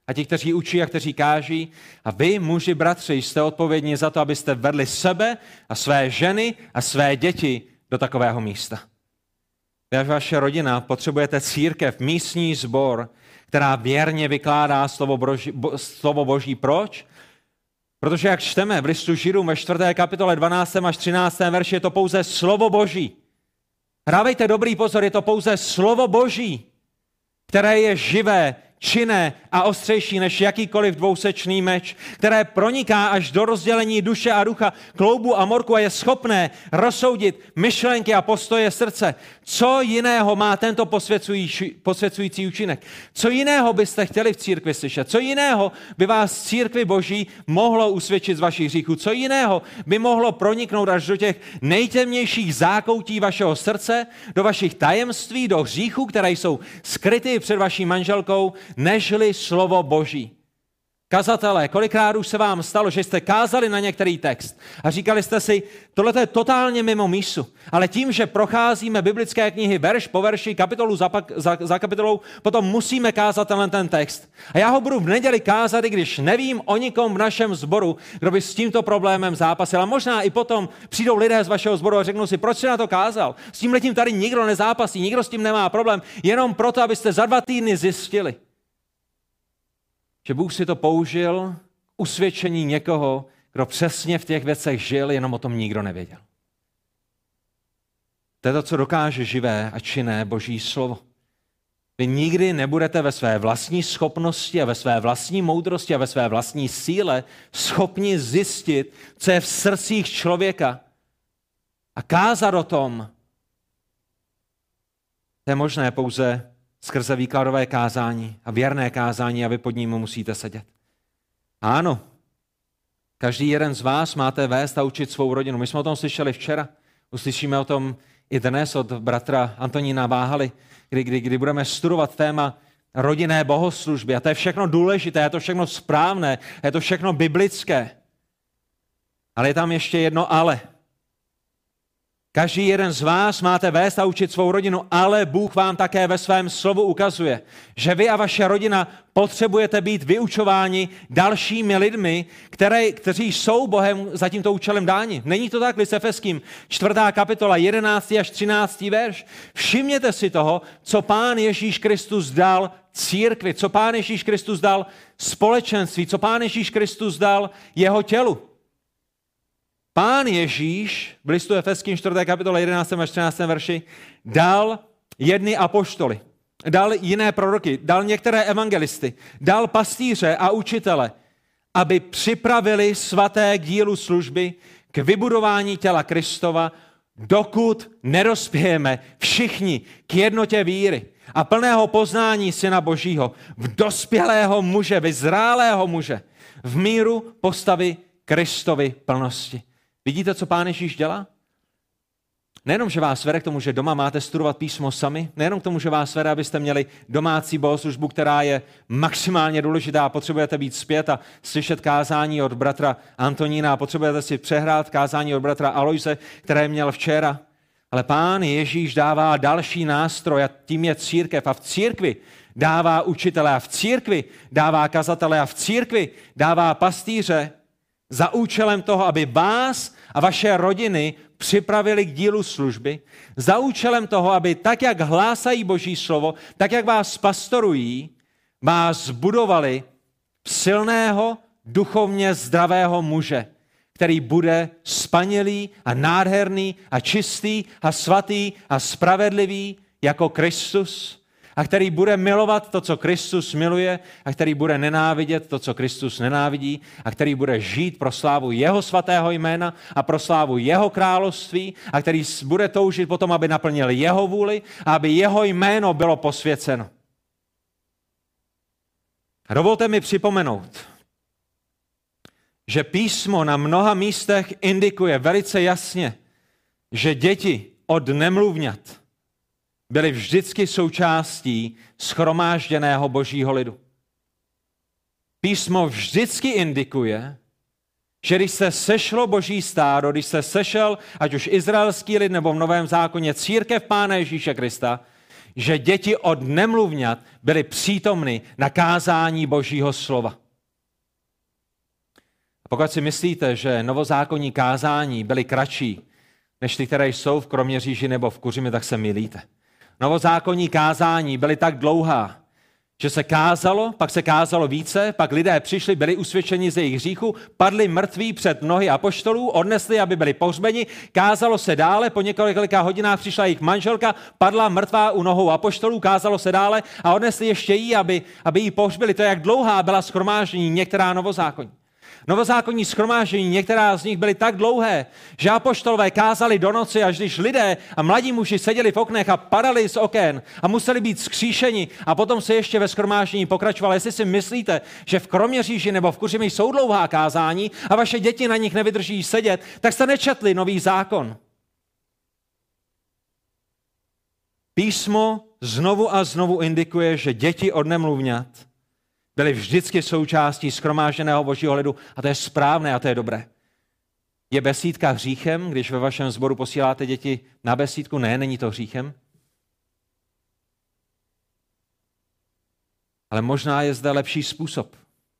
[SPEAKER 1] a ti, kteří učí a kteří káží. A vy, muži, bratři, jste odpovědní za to, abyste vedli sebe a své ženy a své děti do takového místa. Vy a vaše rodina potřebujete církev, místní sbor, která věrně vykládá slovo Boží. Slovo Boží. Proč? Protože jak čteme v listu Židům ve čtvrté kapitole dvanáctém až třináctém verši, je to pouze slovo Boží. Dávejte dobrý pozor, je to pouze slovo Boží, které je živé, činné a ostřejší než jakýkoliv dvousečný meč, které proniká až do rozdělení duše a ducha, kloubu a morku a je schopné rozsoudit myšlenky a postoje srdce. Co jiného má tento posvěcující účinek? Co jiného byste chtěli v církvi slyšet? Co jiného by vás z církvi Boží mohlo usvědčit z vašich hříchů? Co jiného by mohlo proniknout až do těch nejtemnějších zákoutí vašeho srdce, do vašich tajemství, do hříchů, které jsou skryty před vaší manželkou, nežli slovo Boží. Kazatelé, kolikrát už se vám stalo, že jste kázali na některý text a říkali jste si, tohle je totálně mimo mísu, ale tím, že procházíme biblické knihy verš po verši, kapitolu za, za, za kapitolou, potom musíme kázat tenhle ten text. A já ho budu v neděli kázat, i když nevím o nikom v našem sboru, kdo by s tímto problémem zápasil. A možná i potom přijdou lidé z vašeho sboru a řeknou si, proč jsi na to kázal? S tímhletím tady nikdo nezápasí, nikdo s tím nemá problém, jenom proto, abyste za dva týdny zjistili, že Bůh si to použil k usvědčení někoho, kdo přesně v těch věcech žil, jenom o tom nikdo nevěděl. To je to, co dokáže živé a činné Boží slovo. Vy nikdy nebudete ve své vlastní schopnosti a ve své vlastní moudrosti a ve své vlastní síle schopni zjistit, co je v srdcích člověka a kázat o tom. To je možné pouze skrze výkladové kázání a věrné kázání a vy pod ním musíte sedět. Ano, každý jeden z vás máte vést a učit svou rodinu. My jsme o tom slyšeli včera, uslyšíme o tom i dnes od bratra Antonína Váhaly, kdy, kdy, kdy budeme studovat téma rodinné bohoslužby. A to je všechno důležité, je to všechno správné, je to všechno biblické. Ale je tam ještě jedno ale. Každý jeden z vás máte vést a učit svou rodinu, ale Bůh vám také ve svém slovu ukazuje, že vy a vaše rodina potřebujete být vyučováni dalšími lidmi, které, kteří jsou Bohem za tímto účelem dáni. Není to tak, list Efeským, čtvrtá kapitola, jedenáctý až třináctý verš. Všimněte si toho, co Pán Ježíš Kristus dal církvi, co Pán Ježíš Kristus dal společenství, co Pán Ježíš Kristus dal jeho tělu. Pán Ježíš v listu Efeským čtvrté kapitole jedenáctém až třináctém verši dal jedny apoštoly, dal jiné proroky, dal některé evangelisty, dal pastýře a učitele, aby připravili svaté k dílu služby, k vybudování těla Kristova, dokud nedospějeme všichni k jednotě víry a plného poznání Syna Božího, v dospělého muže, vyzrálého muže, v míru postavy Kristovy plnosti. Vidíte, co Pán Ježíš dělá? Nejenom, že vás vede k tomu, že doma máte studovat písmo sami, nejenom k tomu, že vás vede, abyste měli domácí bohoslužbu, která je maximálně důležitá a potřebujete být zpět a slyšet kázání od bratra Antonína a potřebujete si přehrát kázání od bratra Alojze, které měl včera. Ale Pán Ježíš dává další nástroj a tím je církev. A v církvi dává učitele a v církvi dává kazatele a v církvi dává pastýře, za účelem toho, aby vás a vaše rodiny připravili k dílu služby, za účelem toho, aby tak, jak hlásají Boží slovo, tak, jak vás pastorují, vás budovali silného, duchovně zdravého muže, který bude spanilý a nádherný a čistý a svatý a spravedlivý jako Kristus, a který bude milovat to, co Kristus miluje, a který bude nenávidět to, co Kristus nenávidí, a který bude žít pro slávu jeho svatého jména a pro slávu jeho království, a který bude toužit potom, aby naplnil jeho vůli a aby jeho jméno bylo posvěceno. A dovolte mi připomenout, že písmo na mnoha místech indikuje velice jasně, že děti od nemluvňat byly vždycky součástí shromážděného Božího lidu. Písmo vždycky indikuje, že když se sešlo Boží stádo, když se sešel ať už izraelský lid nebo v Novém zákoně církev Pána Ježíše Krista, že děti od nemluvňat byly přítomny na kázání Božího slova. A pokud si myslíte, že novozákonní kázání byly kratší než ty, které jsou v Kroměříži nebo v Kuřimi, tak se mýlíte. Novozákonní kázání byly tak dlouhá, že se kázalo, pak se kázalo více, pak lidé přišli, byli usvědčeni z jejich hříchu, padli mrtví před nohy apoštolů, odnesli, aby byli pohřbeni, kázalo se dále, po několika hodinách přišla jejich manželka, padla mrtvá u nohou apoštolů, kázalo se dále a odnesli ještě jí, aby, aby jí pohřbili. To je, jak dlouhá byla shromáždění některá novozákonní. Novozákonní shromáždění, některá z nich byly tak dlouhé, že apoštolové kázali do noci, až když lidé a mladí muži seděli v oknech a padali z oken a museli být vzkříšeni a potom se ještě ve shromáždění pokračovalo. Jestli si myslíte, že v Kroměříži nebo v Kuřimi jsou dlouhá kázání a vaše děti na nich nevydrží sedět, tak jste nečetli nový zákon. Písmo znovu a znovu indikuje, že děti od nemluvňat byly vždycky součástí shromážděného Božího lidu a to je správné a to je dobré. Je besídka hříchem, když ve vašem sboru posíláte děti na besídku? Ne, není to hříchem. Ale možná je zde lepší způsob.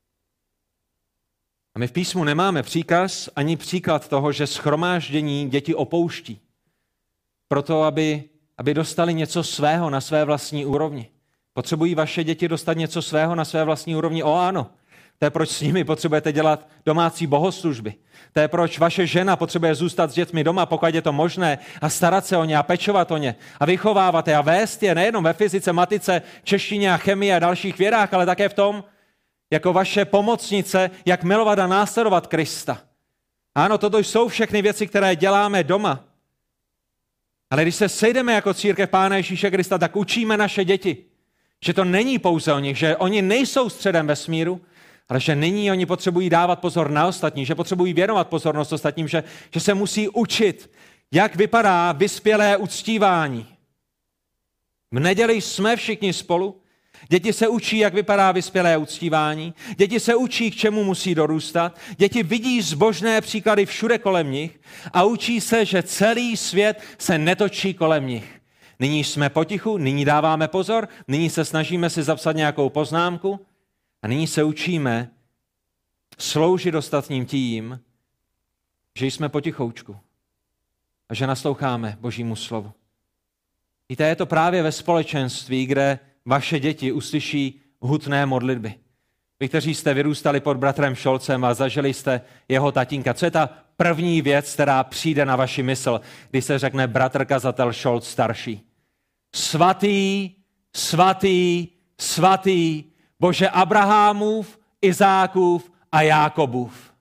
[SPEAKER 1] A my v písmu nemáme příkaz ani příklad toho, že shromáždění děti opouští. Proto, aby, aby dostali něco svého na své vlastní úrovni. Potřebují vaše děti dostat něco svého na své vlastní úrovni? O ano. To je proč s nimi potřebujete dělat domácí bohoslužby. To je proč vaše žena potřebuje zůstat s dětmi doma, pokud je to možné, a starat se o ně a pečovat o ně a vychovávat je a vést je nejenom ve fyzice, matice, češtině a chemii a dalších vědách, ale také v tom, jako vaše pomocnice, jak milovat a následovat Krista. Ano, toto jsou všechny věci, které děláme doma. Ale když se sejdeme jako církev Pána Ježíše Krista, tak učíme naše děti, že to není pouze o nich, že oni nejsou středem vesmíru, ale že nyní oni potřebují dávat pozor na ostatní, že potřebují věnovat pozornost ostatním, že, že se musí učit, jak vypadá vyspělé uctívání. V neděli jsme všichni spolu. Děti se učí, jak vypadá vyspělé uctívání. Děti se učí, k čemu musí dorůstat. Děti vidí zbožné příklady všude kolem nich a učí se, že celý svět se netočí kolem nich. Nyní jsme potichu, nyní dáváme pozor, nyní se snažíme si zapsat nějakou poznámku a nyní se učíme sloužit ostatním tím, že jsme potichoučku a že nasloucháme Božímu slovu. Víte, je to právě ve společenství, kde vaše děti uslyší hutné modlitby. Vy, kteří jste vyrůstali pod bratrem Šolcem a zažili jste jeho tatínka, co je ta první věc, která přijde na vaši mysl, když se řekne bratr kazatel Šolc starší? Svatý, svatý, svatý, Bože Abrahamův, Izákův a Jákobův.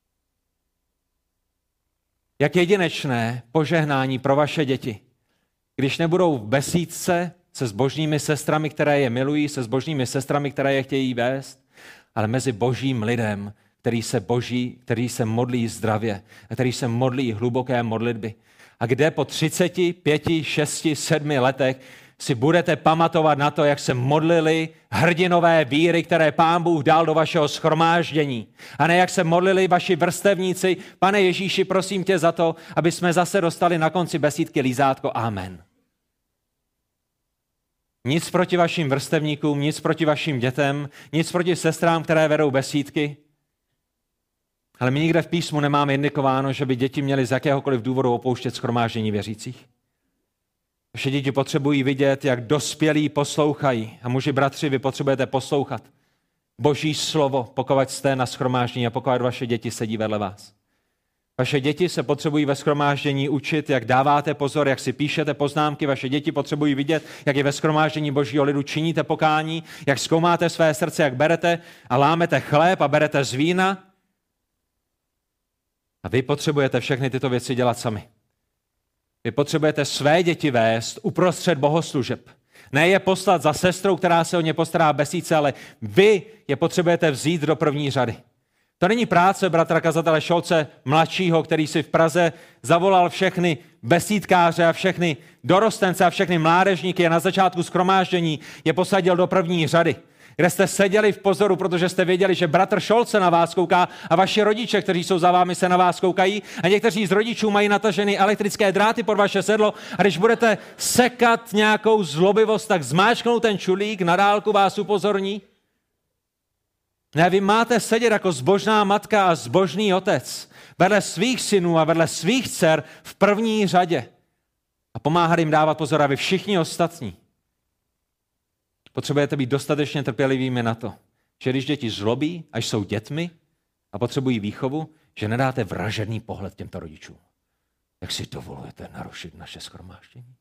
[SPEAKER 1] Jak jedinečné požehnání pro vaše děti, když nebudou v besídce se zbožnými sestrami, které je milují, se zbožnými sestrami, které je chtějí vést, ale mezi božím lidem, který se, boží, který se modlí zdravě a který se modlí hluboké modlitby. A kde po třiceti pěti, šesti, sedmi letech si budete pamatovat na to, jak se modlili hrdinové víry, které Pán Bůh dal do vašeho shromáždění. A ne jak se modlili vaši vrstevníci. Pane Ježíši, prosím tě za to, aby jsme zase dostali na konci besídky lízátko. Amen. Nic proti vašim vrstevníkům, nic proti vašim dětem, nic proti sestrám, které vedou besídky. Ale my nikde v písmu nemáme indikováno, že by děti měly z jakéhokoliv důvodu opouštět shromáždění věřících. Vaše děti potřebují vidět, jak dospělí poslouchají. A muži, bratři, vy potřebujete poslouchat Boží slovo, pokud jste na shromáždění a pokud vaše děti sedí vedle vás. Vaše děti se potřebují ve shromáždění učit, jak dáváte pozor, jak si píšete poznámky. Vaše děti potřebují vidět, jak je ve shromáždění Božího lidu činíte pokání, jak zkoumáte své srdce, jak berete a lámete chléb a berete z vína. A vy potřebujete všechny tyto věci dělat sami. Vy potřebujete své děti vést uprostřed bohoslužeb. Ne je poslat za sestrou, která se o ně postará besídce, ale vy je potřebujete vzít do první řady. To není práce bratra kazatele Šolce mladšího, který si v Praze zavolal všechny besídkáře a všechny dorostence a všechny mládežníky a na začátku shromáždění je posadil do první řady. kde jste seděli v pozoru, protože jste věděli, že bratr Šolc se na vás kouká a vaši rodiče, kteří jsou za vámi, se na vás koukají a někteří z rodičů mají natažené elektrické dráty pod vaše sedlo a když budete sekat nějakou zlobivost, tak zmáčknou ten čulík, na dálku vás upozorní. Ne, vy máte sedět jako zbožná matka a zbožný otec vedle svých synů a vedle svých dcer v první řadě a pomáhat jim dávat pozor, a vy všichni ostatní potřebujete být dostatečně trpělivými na to, že když děti zlobí, až jsou dětmi a potřebují výchovu, že nedáte vražedný pohled těmto rodičům. Jak si dovolujete narušit naše shromáždění?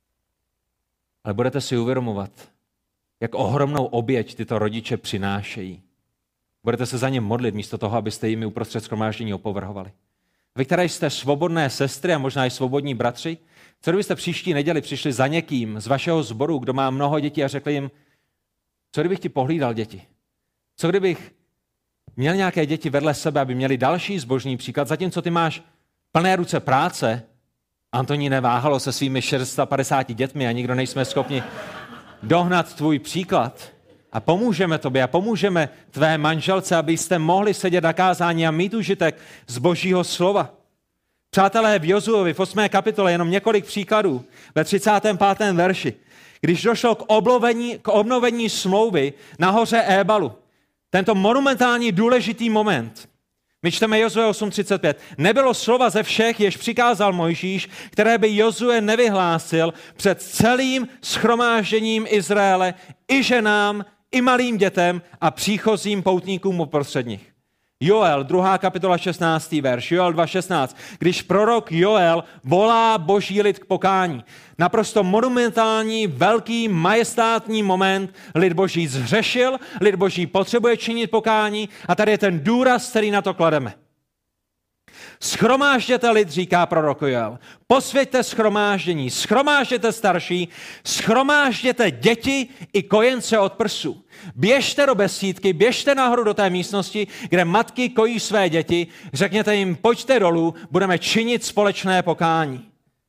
[SPEAKER 1] Ale budete si uvědomovat, jak ohromnou oběť tyto rodiče přinášejí. Budete se za ně modlit místo toho, abyste jimi uprostřed shromáždění opovrhovali. Vy, které jste svobodné sestry a možná i svobodní bratři, co kdybyste příští neděli přišli za někým z vašeho sboru, kdo má mnoho dětí a řekli jim, co kdybych ti pohlídal děti? Co kdybych měl nějaké děti vedle sebe, aby měli další zbožný příklad, zatímco ty máš plné ruce práce, Antoní neváhalo se svými šest set padesáti dětmi a nikdo nejsme schopni dohnat tvůj příklad. A pomůžeme tobě a pomůžeme tvé manželce, abyste mohli sedět na kázání a mít užitek z Božího slova. Přátelé, v Jozuovi v osmé kapitole jenom několik příkladů ve třicátém pátém verši. Když došlo k, obnovení, k obnovení smlouvy na hoře Ébalu, tento monumentální důležitý moment, my čteme Jozue osm třicet pět. Nebylo slova ze všech, jež přikázal Mojžíš, které by Jozue nevyhlásil před celým shromážděním Izraele, i ženám, i malým dětem a příchozím poutníkům uprostřed nich. Joel, druhá kapitola, šestnáctý verš, Joel dva šestnáct. Když prorok Joel volá boží lid k pokání. Naprosto monumentální, velký, majestátní moment. Lid boží zhřešil, lid boží potřebuje činit pokání a tady je ten důraz, který na to klademe. Schromážděte lid, říká prorok Joel. Posvěťte schromáždění, schromážděte starší, schromážděte děti i kojence od prsů. Běžte do besídky, běžte nahoru do té místnosti, kde matky kojí své děti, řekněte jim, pojďte dolů, budeme činit společné pokání.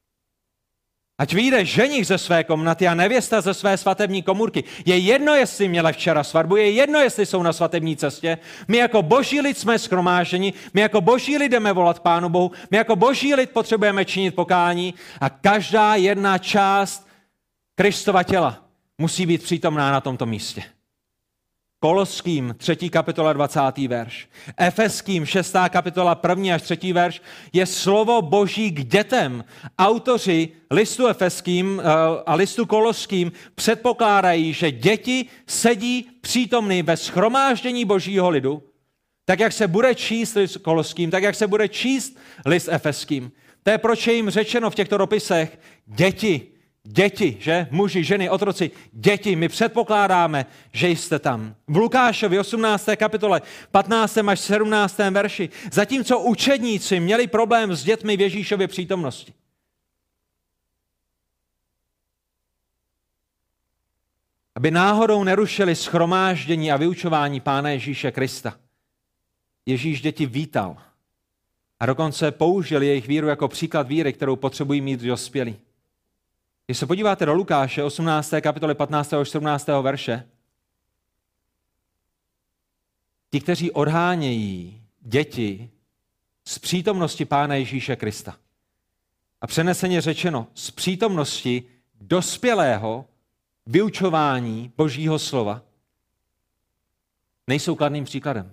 [SPEAKER 1] Ať vyjde ženich ze své komnaty a nevěsta ze své svatební komůrky. Je jedno, jestli měla včera svatbu, je jedno, jestli jsou na svatební cestě. My jako boží lid jsme shromážděni, my jako boží lid jdeme volat Pánu Bohu, my jako boží lid potřebujeme činit pokání a každá jedna část Kristova těla musí být přítomná na tomto místě. Koloským, třetí kapitola, dvacátý verš. Efeským, šestá kapitola, první až třetí verš, je slovo Boží k dětem. Autoři listu Efeským a listu Koloským předpokládají, že děti sedí přítomny ve shromáždění Božího lidu, tak jak se bude číst list Koloským, tak jak se bude číst list Efeským. To je, proč je jim řečeno v těchto dopisech děti. Děti, že? Muži, ženy, otroci, děti, my předpokládáme, že jste tam. V Lukášovi osmnácté kapitole, patnáctém až sedmnáctém verši, zatímco učedníci měli problém s dětmi v Ježíšově přítomnosti. Aby náhodou nerušili shromáždění a vyučování Pána Ježíše Krista. Ježíš děti vítal a dokonce použil jejich víru jako příklad víry, kterou potřebují mít dospělí. Když se podíváte do Lukáše, osmnácté kapitoly, patnáctého až sedmnáctého verše, ti, kteří odhánějí děti z přítomnosti Pána Ježíše Krista. A přeneseně řečeno, z přítomnosti dospělého vyučování Božího slova, nejsou kladným příkladem.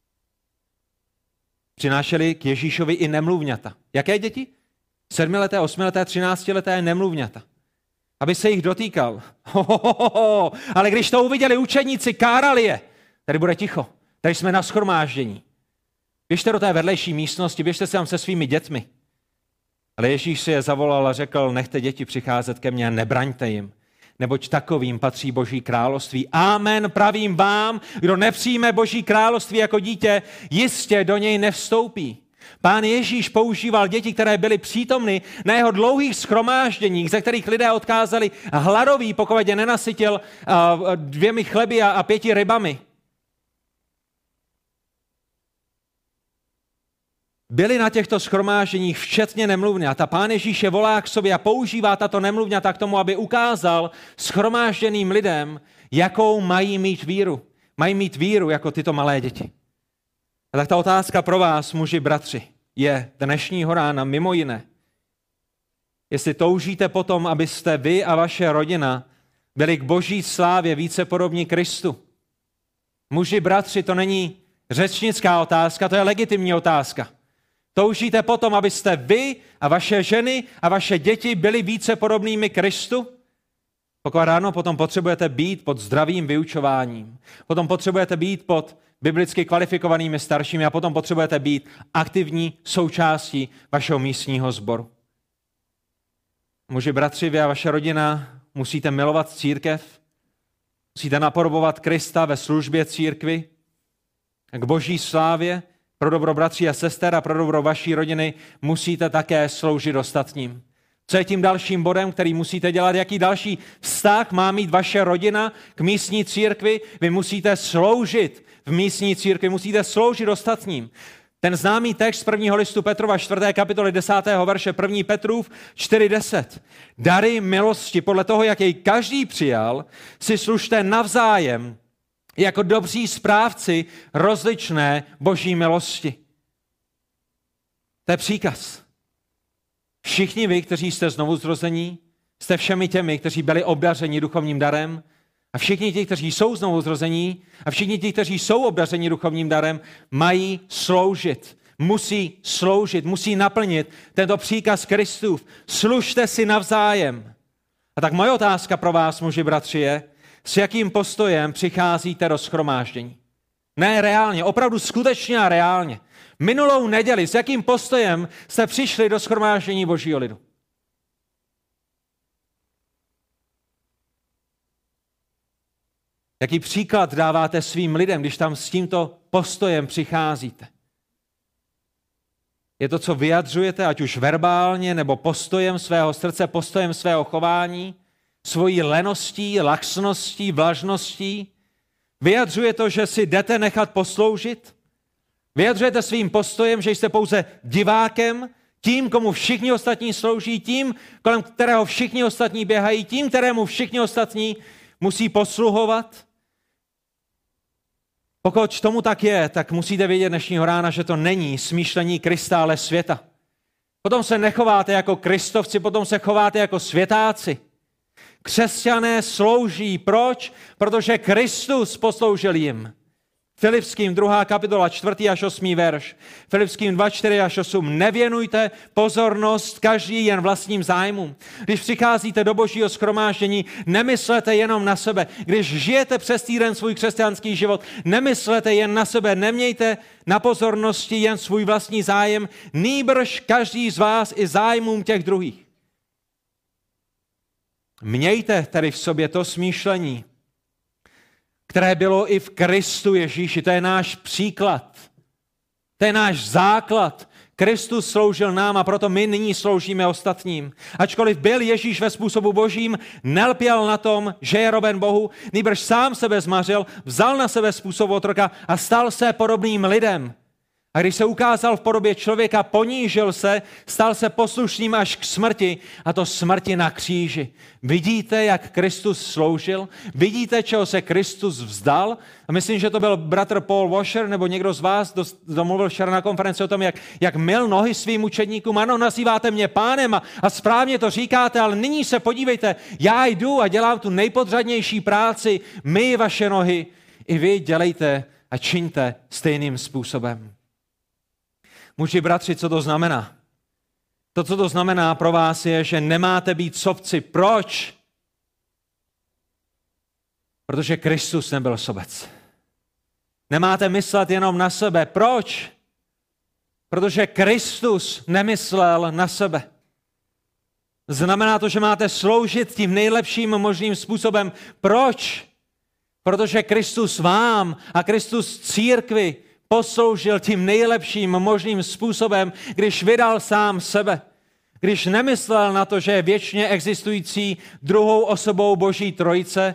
[SPEAKER 1] Přinášeli k Ježíšovi i nemluvňata. Jaké děti? Sedmileté, osmileté, třináctileté nemluvňata. Aby se jich dotýkal. Ho, ho, ho, ho. Ale když to uviděli učeníci, kárali je. Tady bude ticho. Tady jsme na shromáždění. Běžte do té vedlejší místnosti, běžte si tam se svými dětmi. Ale Ježíš si je zavolal a řekl, nechte děti přicházet ke mně a nebraňte jim. Neboť takovým patří Boží království. Amen, pravím vám, kdo nepřijme Boží království jako dítě, jistě do něj nevstoupí. Pán Ježíš používal děti, které byly přítomny na jeho dlouhých shromážděních, ze kterých lidé odkázali hladoví, pokud je nenasytil dvěmi chleby a pěti rybami. byli na těchto shromážděních včetně nemluvňat. A Pán Ježíš je volá k sobě a používá tato nemluvňata k tomu, aby ukázal shromážděným lidem, jakou mají mít víru. Mají mít víru jako tyto malé děti. A tak ta otázka pro vás, muži, bratři, je dnešního rána mimo jiné. Jestli toužíte potom, abyste vy a vaše rodina byli k boží slávě více podobní Kristu. Muži, bratři, to není řečnická otázka, to je legitimní otázka. Toužíte potom, abyste vy a vaše ženy a vaše děti byli více podobnými Kristu? Pokud ráno, potom potřebujete být pod zdravým vyučováním. Potom potřebujete být pod biblicky kvalifikovanými staršími a potom potřebujete být aktivní součástí vašeho místního sboru. Muži, bratři, vy a vaše rodina musíte milovat církev, musíte napodobovat Krista ve službě církvi, k boží slávě, pro dobro bratří a sester a pro dobro vaší rodiny musíte také sloužit ostatním. Co je tím dalším bodem, který musíte dělat? Jaký další vztah má mít vaše rodina k místní církvi? Vy musíte sloužit v místní církvi, musíte sloužit ostatním. Ten známý text z prvního listu Petrova, čtvrté kapitoly desátého verše, první Petrův čtyři deset. Dary milosti, podle toho, jak jej každý přijal, si služte navzájem jako dobří správci rozličné boží milosti. To je příkaz. Všichni vy, kteří jste znovu zrození, jste všemi těmi, kteří byli obdařeni duchovním darem, a všichni ti, kteří jsou znovu zrození, a všichni ti, kteří jsou obdařeni duchovním darem, mají sloužit. Musí sloužit, musí naplnit tento příkaz Kristův. Služte si navzájem. A tak moje otázka pro vás, muži, bratři, je, s jakým postojem přicházíte do shromáždění? Ne reálně, opravdu skutečně a reálně. Minulou neděli, s jakým postojem jste přišli do shromáždění božího lidu? Jaký příklad dáváte svým lidem, když tam s tímto postojem přicházíte? Je to, co vyjadřujete, ať už verbálně, nebo postojem svého srdce, postojem svého chování, svojí leností, laxností, vlažností? Vyjadřuje to, že si jdete nechat posloužit? Vyjadřujete svým postojem, že jste pouze divákem, tím, komu všichni ostatní slouží, tím, kolem kterého všichni ostatní běhají, tím, kterému všichni ostatní musí posluhovat? Pokud tomu tak je, tak musíte vědět dnešního rána, že to není smýšlení Krista, ale světa. Potom se nechováte jako kristovci, potom se chováte jako světáci. Křesťané slouží. Proč? Protože Kristus posloužil jim. Filipským druhá kapitola, čtvrtý až osmý verš. Filipským dva, čtyři až osm. Nevěnujte pozornost každý jen vlastním zájmům. Když přicházíte do božího shromáždění, nemyslete jenom na sebe. Když žijete přes týden svůj křesťanský život, nemyslete jen na sebe. Nemějte na pozornosti jen svůj vlastní zájem, nýbrž každý z vás i zájmům těch druhých. Mějte tedy v sobě to smýšlení, které bylo i v Kristu Ježíši. To je náš příklad. To je náš základ. Kristus sloužil nám a proto my nyní sloužíme ostatním. Ačkoliv byl Ježíš ve způsobu božím, nelpěl na tom, že je roben Bohu, nýbrž sám sebe zmařil, vzal na sebe způsob otroka a stal se podobným lidem. A když se ukázal v podobě člověka, ponížil se, stal se poslušným až k smrti, a to smrti na kříži. Vidíte, jak Kristus sloužil? Vidíte, čeho se Kristus vzdal? A myslím, že to byl bratr Paul Washer, nebo někdo z vás, kdo mluvil včera na konferenci o tom, jak, jak myl nohy svým učedníkům. Ano, nazýváte mě pánem a, a správně to říkáte, ale nyní se podívejte, já jdu a dělám tu nejpodřadnější práci, myj vaše nohy, i vy dělejte a čiňte stejným způsobem. Muži, bratři, co to znamená? To, co to znamená pro vás, je, že nemáte být sobci. Proč? Protože Kristus nebyl sobec. Nemáte myslet jenom na sebe. Proč? Protože Kristus nemyslel na sebe. Znamená to, že máte sloužit tím nejlepším možným způsobem. Proč? Protože Kristus vám a Kristus církvi posloužil tím nejlepším možným způsobem, když vydal sám sebe. Když nemyslel na to, že je věčně existující druhou osobou Boží trojice,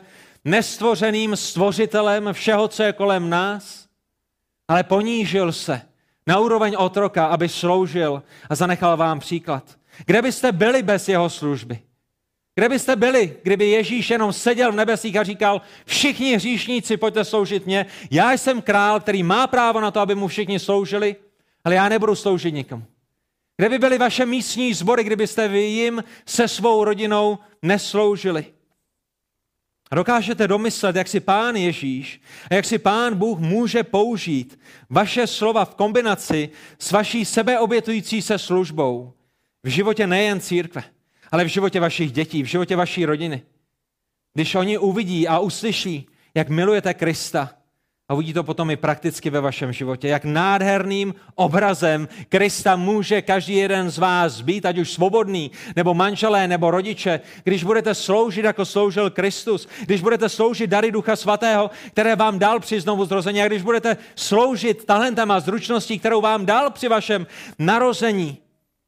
[SPEAKER 1] nestvořeným stvořitelem všeho, co je kolem nás, ale ponížil se, na úroveň otroka, aby sloužil a zanechal vám příklad? Kde byste byli bez jeho služby? Kde byste byli, kdyby Ježíš jenom seděl v nebesích a říkal, všichni hříšníci, pojďte sloužit mě, já jsem král, který má právo na to, aby mu všichni sloužili, ale já nebudu sloužit nikomu. Kde by byly vaše místní sbory, kdybyste vy jim se svou rodinou nesloužili? A dokážete domyslet, jak si Pán Ježíš a jak si Pán Bůh může použít vaše slova v kombinaci s vaší sebeobětující se službou v životě nejen církve, ale v životě vašich dětí, v životě vaší rodiny. Když oni uvidí a uslyší, jak milujete Krista, a uvidí to potom i prakticky ve vašem životě, jak nádherným obrazem Krista může každý jeden z vás být, ať už svobodný, nebo manželé, nebo rodiče, když budete sloužit, jako sloužil Kristus, když budete sloužit dary Ducha Svatého, které vám dal při znovuzrození, a když budete sloužit talentem a zručností, kterou vám dal při vašem narození.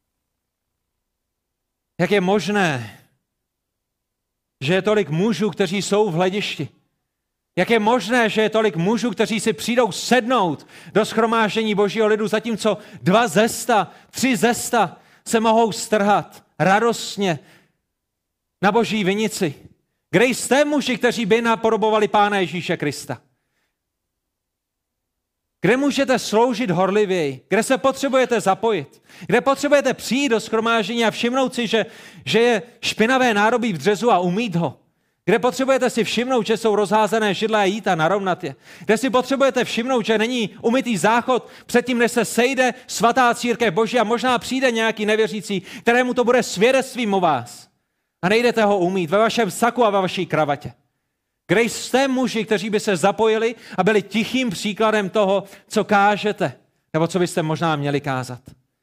[SPEAKER 1] Jak je možné, že je tolik mužů, kteří jsou v hledišti? Jak je možné, že je tolik mužů, kteří si přijdou sednout do shromáždění Božího lidu, zatímco dva ze sta, tři ze sta se mohou strhat radostně na Boží vinici? Kde jste muži, kteří by napodobovali Pána Ježíše Krista? Kde můžete sloužit horlivěji? Kde se potřebujete zapojit? Kde potřebujete přijít do shromáždění a všimnout si, že, že je špinavé nádobí v dřezu a umýt ho? Kde potřebujete si všimnout, že jsou rozházené židle a jít a narovnat je? Kde si potřebujete všimnout, že není umytý záchod předtím, než se sejde svatá církev Boží a možná přijde nějaký nevěřící, kterému to bude svědectvím o vás. A nejdete ho umýt ve vašem saku a ve vaší kravatě. Kde jste muži, kteří by se zapojili a byli tichým příkladem toho, co kážete, nebo co byste možná měli kázat.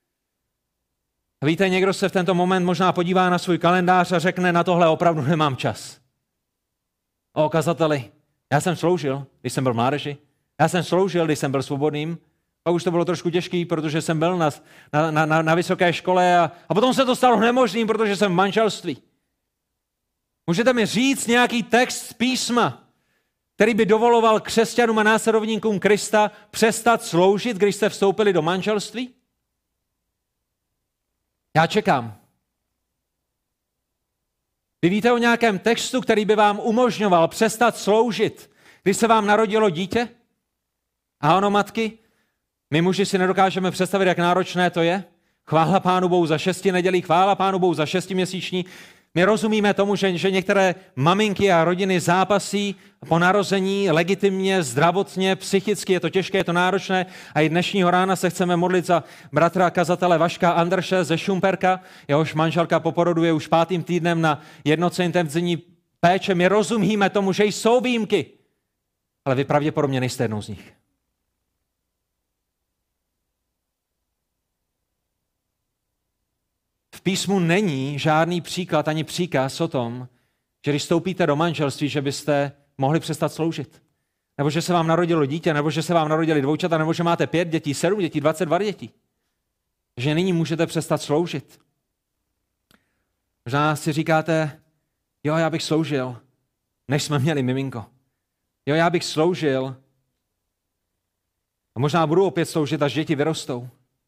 [SPEAKER 1] A víte, někdo se v tento moment možná podívá na svůj kalendář a řekne, na tohle opravdu nemám čas. O kazateli, já jsem sloužil, když jsem byl mládeži, já jsem sloužil, když jsem byl svobodným, a už to bylo trošku těžký, protože jsem byl na, na, na, na vysoké škole a, a potom se to stalo nemožným, protože jsem v manželství. Můžete mi říct nějaký text z písma, který by dovoloval křesťanům a následovníkům Krista přestat sloužit, když jste vstoupili do manželství? Já čekám. Vy víte o nějakém textu, který by vám umožňoval přestat sloužit, když se vám narodilo dítě? A ono, matky, my muži si nedokážeme představit, jak náročné to je. Chvála Pánu Bohu za šesti nedělí, chvála Pánu Bohu za šestiměsíční. My rozumíme tomu, že, že některé maminky a rodiny zápasí po narození legitimně, zdravotně, psychicky, je to těžké, je to náročné. A i dnešního rána se chceme modlit za bratra kazatele Vaška Andrše ze Šumperka, jehož manželka po porodu je už pátým týdnem na jednotce intenzivní péče. My rozumíme tomu, že jsou výjimky, ale vy pravděpodobně nejste jednou z nich. V písmu není žádný příklad ani příkaz o tom, že když vstoupíte do manželství, že byste mohli přestat sloužit. Nebo že se vám narodilo dítě, nebo že se vám narodili dvojčata, nebo že máte pět dětí, sedm dětí, dvacet dva dětí. Že nyní můžete přestat sloužit. Možná si říkáte, jo, já bych sloužil, než jsme měli miminko. Jo, já bych sloužil a možná budu opět sloužit, až děti vyrostou.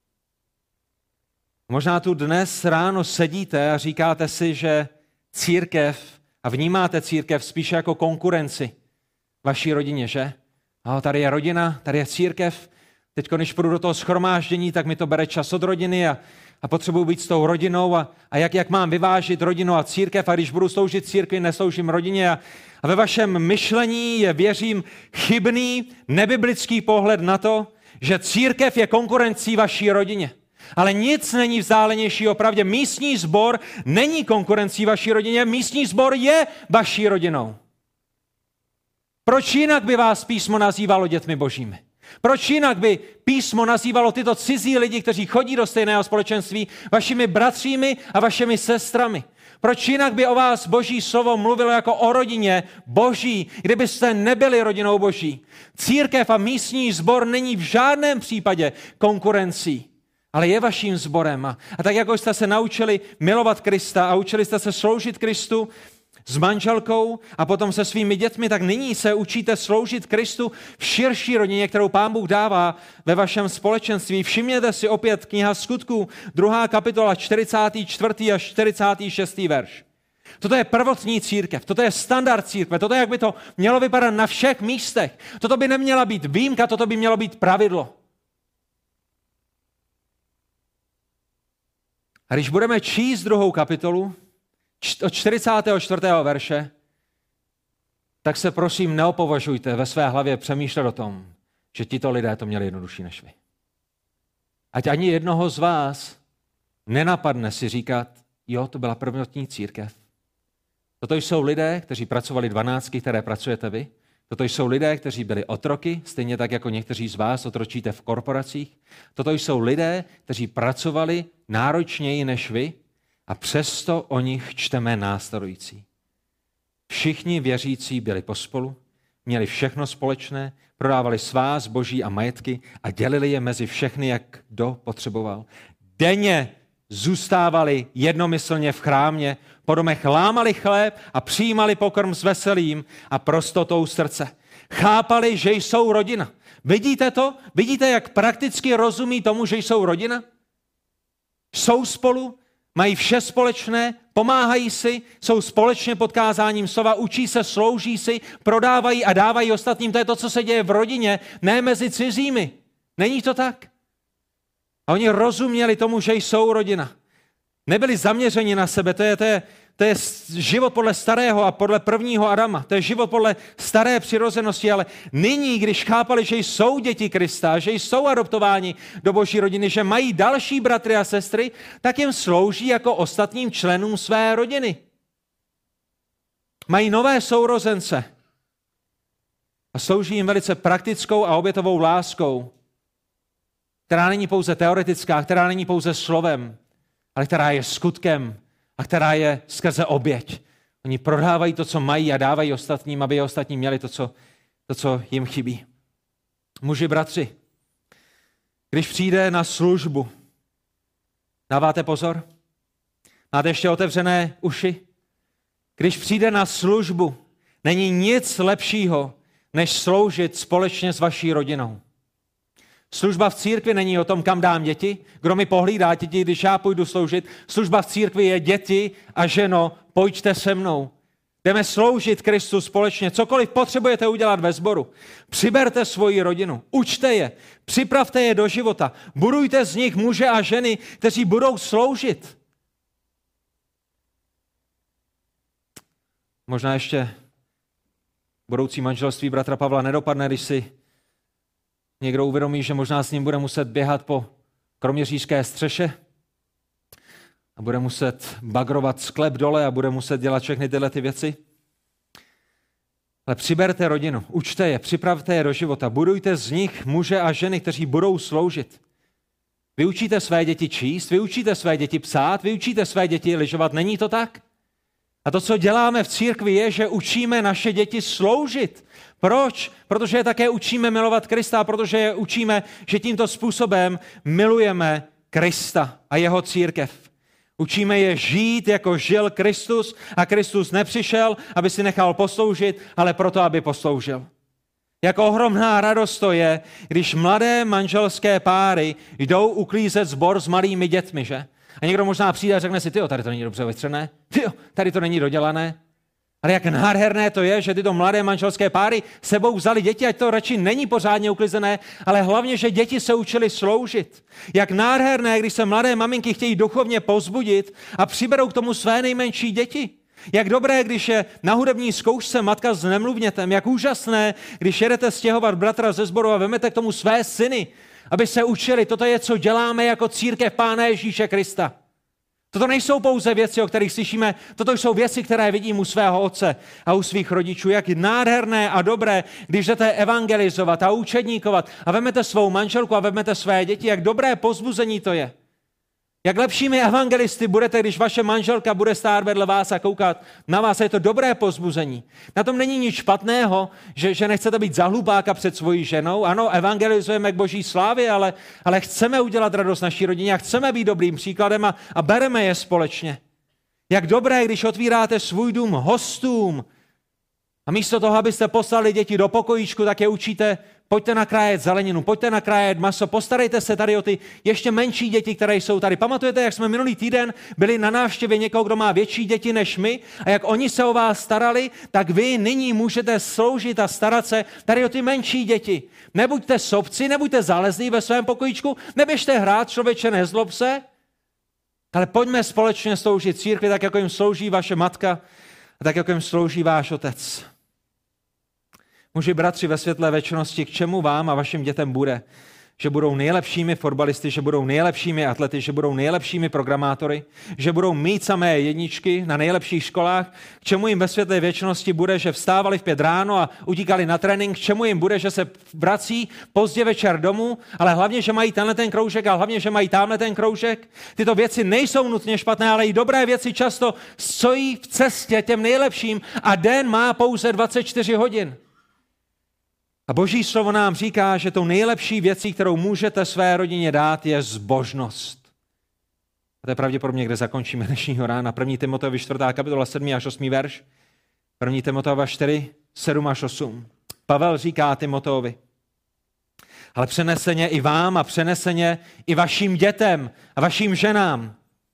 [SPEAKER 1] Možná tu dnes ráno sedíte a říkáte si, že církev, a vnímáte církev spíše jako konkurenci vaší rodině, že? A tady je rodina, tady je církev, teď když půjdu do toho shromáždění, tak mi to bere čas od rodiny a, a potřebuji být s tou rodinou a, a jak, jak mám vyvážit rodinu a církev a když budu sloužit církvi, nesloužím rodině a, a ve vašem myšlení je, věřím, chybný nebiblický pohled na to, že církev je konkurencí vaší rodině. Ale nic není vzdálenější o pravdě. Místní sbor není konkurencí vaší rodině, místní sbor je vaší rodinou. Proč jinak by vás písmo nazývalo dětmi božími? Proč jinak by písmo nazývalo tyto cizí lidi, kteří chodí do stejného společenství, vašimi bratřími a vašimi sestrami? Proč jinak by o vás Boží slovo mluvilo jako o rodině Boží, kdybyste nebyli rodinou Boží? Církev a místní sbor není v žádném případě konkurencí, ale je vaším sborem. A, a tak jako jste se naučili milovat Krista a učili jste se sloužit Kristu s manželkou a potom se svými dětmi, tak nyní se učíte sloužit Kristu v širší rodině, kterou Pán Bůh dává ve vašem společenství. Všimněte si opět kniha Skutků, druhá kapitola, čtyřicátý čtvrtý až čtyřicátý šestý verš. Toto je prvotní církev, toto je standard církve, toto je, jak by to mělo vypadat na všech místech. Toto by neměla být výjimka, toto by mělo být pravidlo. A když budeme číst druhou kapitolu, od čtyřicátého čtvrtého verše, tak se prosím neopovažujte ve své hlavě přemýšlet o tom, že tito lidé to měli jednodušší než vy. Ať ani jednoho z vás nenapadne si říkat, jo, to byla prvotní církev. Toto jsou lidé, kteří pracovali dvanáctky, které pracujete vy. Toto jsou lidé, kteří byli otroky, stejně tak jako někteří z vás otročíte v korporacích. Toto jsou lidé, kteří pracovali náročněji než vy a přesto o nich čteme následující. Všichni věřící byli pospolu, měli všechno společné, prodávali svá zboží a majetky a dělili je mezi všechny, jak kdo potřeboval. Denně zůstávali jednomyslně v chrámě, po domech lámali chléb a přijímali pokrm s veselím a prostotou srdce. Chápali, že jsou rodina. Vidíte to? Vidíte, jak prakticky rozumí tomu, že jsou rodina? Jsou spolu, mají vše společné, pomáhají si, jsou společně pod kázáním slova, učí se, slouží si, prodávají a dávají ostatním. To je to, co se děje v rodině, ne mezi cizími. Není to tak? A oni rozuměli tomu, že jsou rodina. Nebyli zaměřeni na sebe, to je, to je, to je život podle starého a podle prvního Adama, to je život podle staré přirozenosti, ale nyní, když chápali, že jsou děti Krista, že jsou adoptováni do Boží rodiny, že mají další bratry a sestry, tak jim slouží jako ostatním členům své rodiny. Mají nové sourozence a slouží jim velice praktickou a obětovou láskou, která není pouze teoretická, která není pouze slovem, ale která je skutkem a která je skrze oběť. Oni prodávají to, co mají a dávají ostatním, aby ostatní měli to, co, to, co jim chybí. Muži, bratři, když přijde na službu, dáváte pozor? Máte ještě otevřené uši? Když přijde na službu, není nic lepšího, než sloužit společně s vaší rodinou. Služba v církvi není o tom, kam dám děti, kdo mi pohlídá děti, když já půjdu sloužit. Služba v církvi je děti a ženo, pojďte se mnou. Jdeme sloužit Kristu společně. Cokoliv potřebujete udělat ve sboru, přiberte svoji rodinu, učte je, připravte je do života, budujte z nich muže a ženy, kteří budou sloužit. Možná ještě budoucí manželství bratra Pavla nedopadne, když si někdo uvědomí, že možná s ním bude muset běhat po kroměřížské střeše a bude muset bagrovat sklep dole a bude muset dělat všechny tyhle ty věci. Ale přiberte rodinu, učte je, připravte je do života, budujte z nich muže a ženy, kteří budou sloužit. Vyučíte své děti číst, vyučíte své děti psát, vyučíte své děti lyžovat, není to tak? A to, co děláme v církvi, je, že učíme naše děti sloužit. Proč? Protože je také učíme milovat Krista, protože je učíme, že tímto způsobem milujeme Krista a jeho církev. Učíme je žít, jako žil Kristus a Kristus nepřišel, aby si nechal posloužit, ale proto, aby posloužil. Jak ohromná radost to je, když mladé manželské páry jdou uklízet sbor s malými dětmi, že? A někdo možná přijde a řekne si, tyjo, tady to není dobře vytřené, tyjo, tady to není dodělané. Ale jak nádherné to je, že tyto mladé manželské páry sebou vzali děti, ať to radši není pořádně uklizené, ale hlavně, že děti se učili sloužit. Jak nádherné, když se mladé maminky chtějí duchovně povzbudit a přiberou k tomu své nejmenší děti. Jak dobré, když je na hudební zkoušce matka s nemluvnětem. Jak úžasné, když jedete stěhovat bratra ze sboru a vemete k tomu své syny, aby se učili. Toto je, co děláme jako církev Pána Ježíše Krista. Toto nejsou pouze věci, o kterých slyšíme, toto jsou věci, které vidím u svého otce a u svých rodičů. Jak nádherné a dobré, když jdete evangelizovat a učedníkovat a vemete svou manželku a vemete své děti, jak dobré povzbuzení to je. Jak lepšími evangelisty budete, když vaše manželka bude stát vedle vás a koukat na vás. Je to dobré povzbuzení. Na tom není nic špatného, že, že nechcete být za hlupáka před svojí ženou. Ano, evangelizujeme k Boží slávě, ale, ale chceme udělat radost naší rodině a chceme být dobrým příkladem a, a bereme je společně. Jak dobré, když otvíráte svůj dům hostům a místo toho, abyste poslali děti do pokojíčku, tak je učíte, pojďte nakrájet zeleninu, pojďte nakrájet maso, postarejte se tady o ty ještě menší děti, které jsou tady. Pamatujete, jak jsme minulý týden byli na návštěvě někoho, kdo má větší děti než my a jak oni se o vás starali, tak vy nyní můžete sloužit a starat se tady o ty menší děti. Nebuďte sobci, nebuďte zalezlí ve svém pokojíčku, neběžte hrát, člověče, nezlob se, ale pojďme společně sloužit církvi, tak jako jim slouží vaše matka a tak jako jim slouží váš otec. Muži, bratři, ve světlé věčnosti, k čemu vám a vašim dětem bude? Že budou nejlepšími fotbalisty, že budou nejlepšími atlety, že budou nejlepšími programátory, že budou mít samé jedničky na nejlepších školách. K čemu jim ve světlé věčnosti bude, že vstávali v pět ráno a utíkali na trénink? K čemu jim bude, že se vrací pozdě večer domů, ale hlavně, že mají tenhle ten kroužek a hlavně, že mají tamhle ten kroužek? Tyto věci nejsou nutně špatné, ale i dobré věci často stojí v cestě těm nejlepším a den má pouze dvacet čtyři hodin. A Boží slovo nám říká, že tou nejlepší věcí, kterou můžete své rodině dát, je zbožnost. A to je pravděpodobně, kde zakončíme dnešního rána. první Timoteovi čtvrtá kapitola sedmý až osmý verš. první Timoteova čtyři, sedm až osm. Pavel říká Timoteovi, ale přeneseně i vám a přeneseně i vašim dětem a vašim ženám.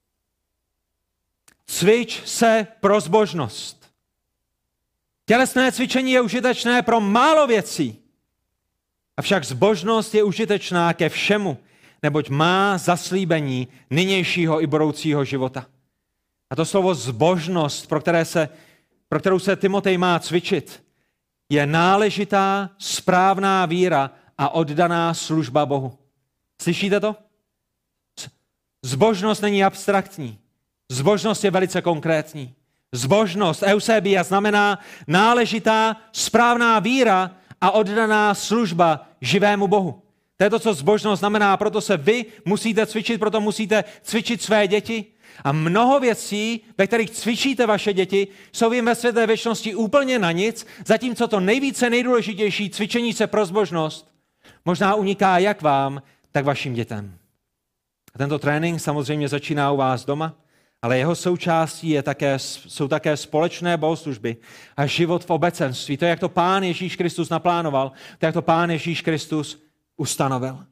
[SPEAKER 1] Cvič se pro zbožnost. Tělesné cvičení je užitečné pro málo věcí, avšak zbožnost je užitečná ke všemu, neboť má zaslíbení nynějšího i budoucího života. A to slovo zbožnost, pro, které se, pro kterou se Timotej má cvičit, je náležitá, správná víra a oddaná služba Bohu. Slyšíte to? Zbožnost není abstraktní. Zbožnost je velice konkrétní. Zbožnost, eusebia, znamená náležitá, správná víra a oddaná služba živému Bohu. To je to, co zbožnost znamená, proto se vy musíte cvičit, proto musíte cvičit své děti. A mnoho věcí, ve kterých cvičíte vaše děti, jsou jim ve světlé věčnosti úplně na nic, zatímco to nejvíce nejdůležitější cvičení se pro zbožnost možná uniká jak vám, tak vašim dětem. A tento trénink samozřejmě začíná u vás doma, ale jeho součástí je také, jsou také společné bohoslužby a život v obecenství. To je, jak to Pán Ježíš Kristus naplánoval, to je, jak to Pán Ježíš Kristus ustanovil.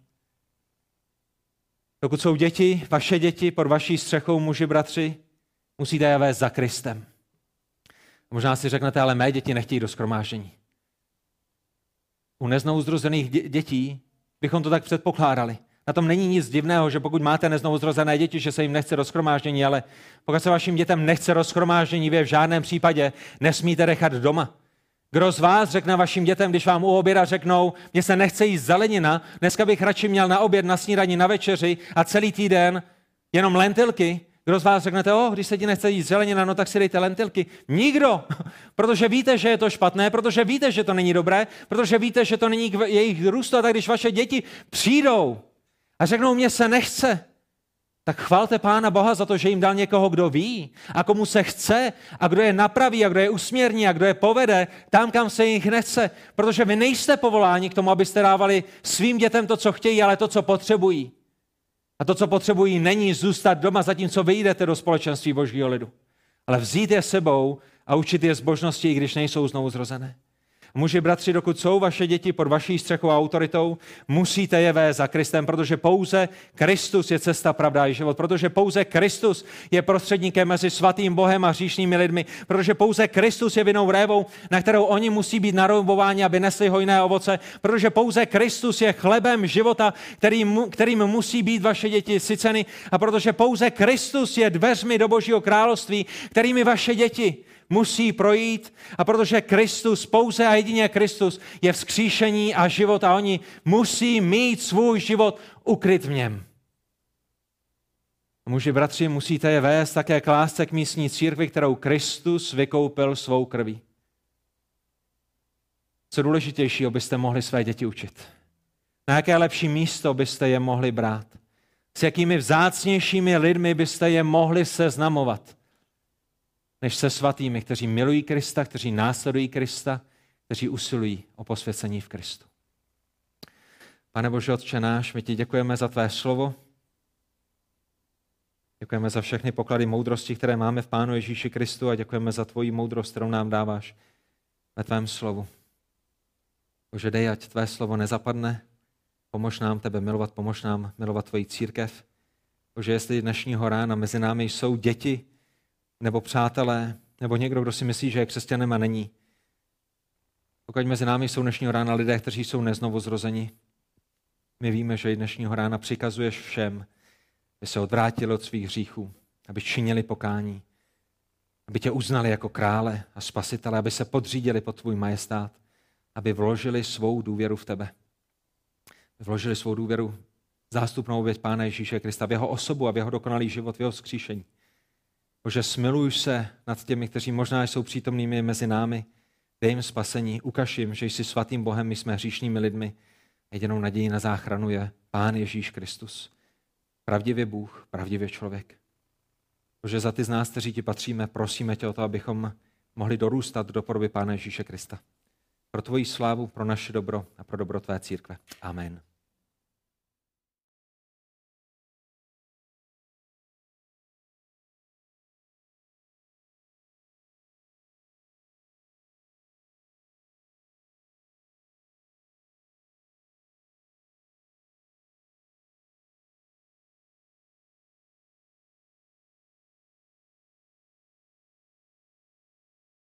[SPEAKER 1] Dokud jsou děti, vaše děti pod vaší střechou, muži, bratři, musíte je vést za Kristem. Možná si řeknete, ale mé děti nechtějí do shromáždění. U neznovuzrozených dětí bychom to tak předpokládali. Na tom není nic divného, že pokud máte neznovuzrozené děti, že se jim nechce do shromáždění, ale pokud se vašim dětem nechce do shromáždění, vy v žádném případě nesmíte nechat doma. Kdo z vás řekne vašim dětem, když vám u oběda řeknou, mně se nechce jíst zelenina, dneska bych radši měl na oběd, na snídani, na večeři a celý týden jenom lentilky, kdo z vás řeknete, o, když se ti nechce jíst zelenina, no tak si dejte lentilky. Nikdo, protože víte, že je to špatné, protože víte, že to není dobré, protože víte, že to není k jejich růstu, a tak když vaše děti přijdou a řeknou, mně se nechce, tak chvalte Pána Boha za to, že jim dal někoho, kdo ví a komu se chce a kdo je napraví a kdo je usměrní a kdo je povede tam, kam se jich nechce. Protože vy nejste povoláni k tomu, abyste dávali svým dětem to, co chtějí, ale to, co potřebují. A to, co potřebují, není zůstat doma, zatímco vy jdete do společenství Božího lidu. Ale vzít je sebou a učit je zbožnosti, i když nejsou znovu zrozené. Muži, bratři, dokud jsou vaše děti pod vaší střechou a autoritou, musíte je vést za Kristem, protože pouze Kristus je cesta, pravda i život, protože pouze Kristus je prostředníkem mezi svatým Bohem a hříšnými lidmi, protože pouze Kristus je vinnou révou, na kterou oni musí být naroubováni, aby nesli hojné ovoce, protože pouze Kristus je chlebem života, kterým, kterým musí být vaše děti syceny, a protože pouze Kristus je dveřmi do Božího království, kterými vaše děti musí projít, a protože Kristus, pouze a jedině Kristus, je vzkříšení a život a oni musí mít svůj život ukryt v něm. A muži, bratři, musíte je vést také k lásce k místní církvi, kterou Kristus vykoupil svou krví. Co důležitějšího byste mohli své děti učit? Na jaké lepší místo byste je mohli brát? S jakými vzácnějšími lidmi byste je mohli seznamovat, než se svatými, kteří milují Krista, kteří následují Krista, kteří usilují o posvěcení v Kristu. Pane Bože, Otče náš, my ti děkujeme za tvé slovo. Děkujeme za všechny poklady moudrosti, které máme v Pánu Ježíši Kristu a děkujeme za tvoji moudrost, kterou nám dáváš ve tvém slovu. Bože, dej, ať tvé slovo nezapadne, pomož nám tebe milovat, pomož nám milovat tvoji církev. Bože, jestli dnešního rána mezi námi jsou děti nebo přátelé, nebo někdo, kdo si myslí, že je křesťanem a není. Pokud mezi námi jsou dnešního rána lidé, kteří jsou neznovu zrozeni, my víme, že i dnešního rána přikazuješ všem, aby se odvrátili od svých hříchů, aby činili pokání, aby tě uznali jako krále a spasitele, aby se podřídili pod tvůj majestát, aby vložili svou důvěru v tebe. Vložili svou důvěru v zástupnou oběť Pána Ježíše Krista, v jeho osobu a v jeho dokonalý život, v jeho vzkříšení. Bože, smiluj se nad těmi, kteří možná jsou přítomnými mezi námi, dej jim spasení, ukaž jim, že jsi svatým Bohem, my jsme hříšnými lidmi. Jedinou nadějí na záchranu je Pán Ježíš Kristus. Pravdivě Bůh, pravdivě člověk. Bože, za ty z nás, kteří ti patříme, prosíme tě o to, abychom mohli dorůstat do podoby Pána Ježíše Krista. Pro tvoji slávu, pro naše dobro a pro dobro tvé církve. Amen.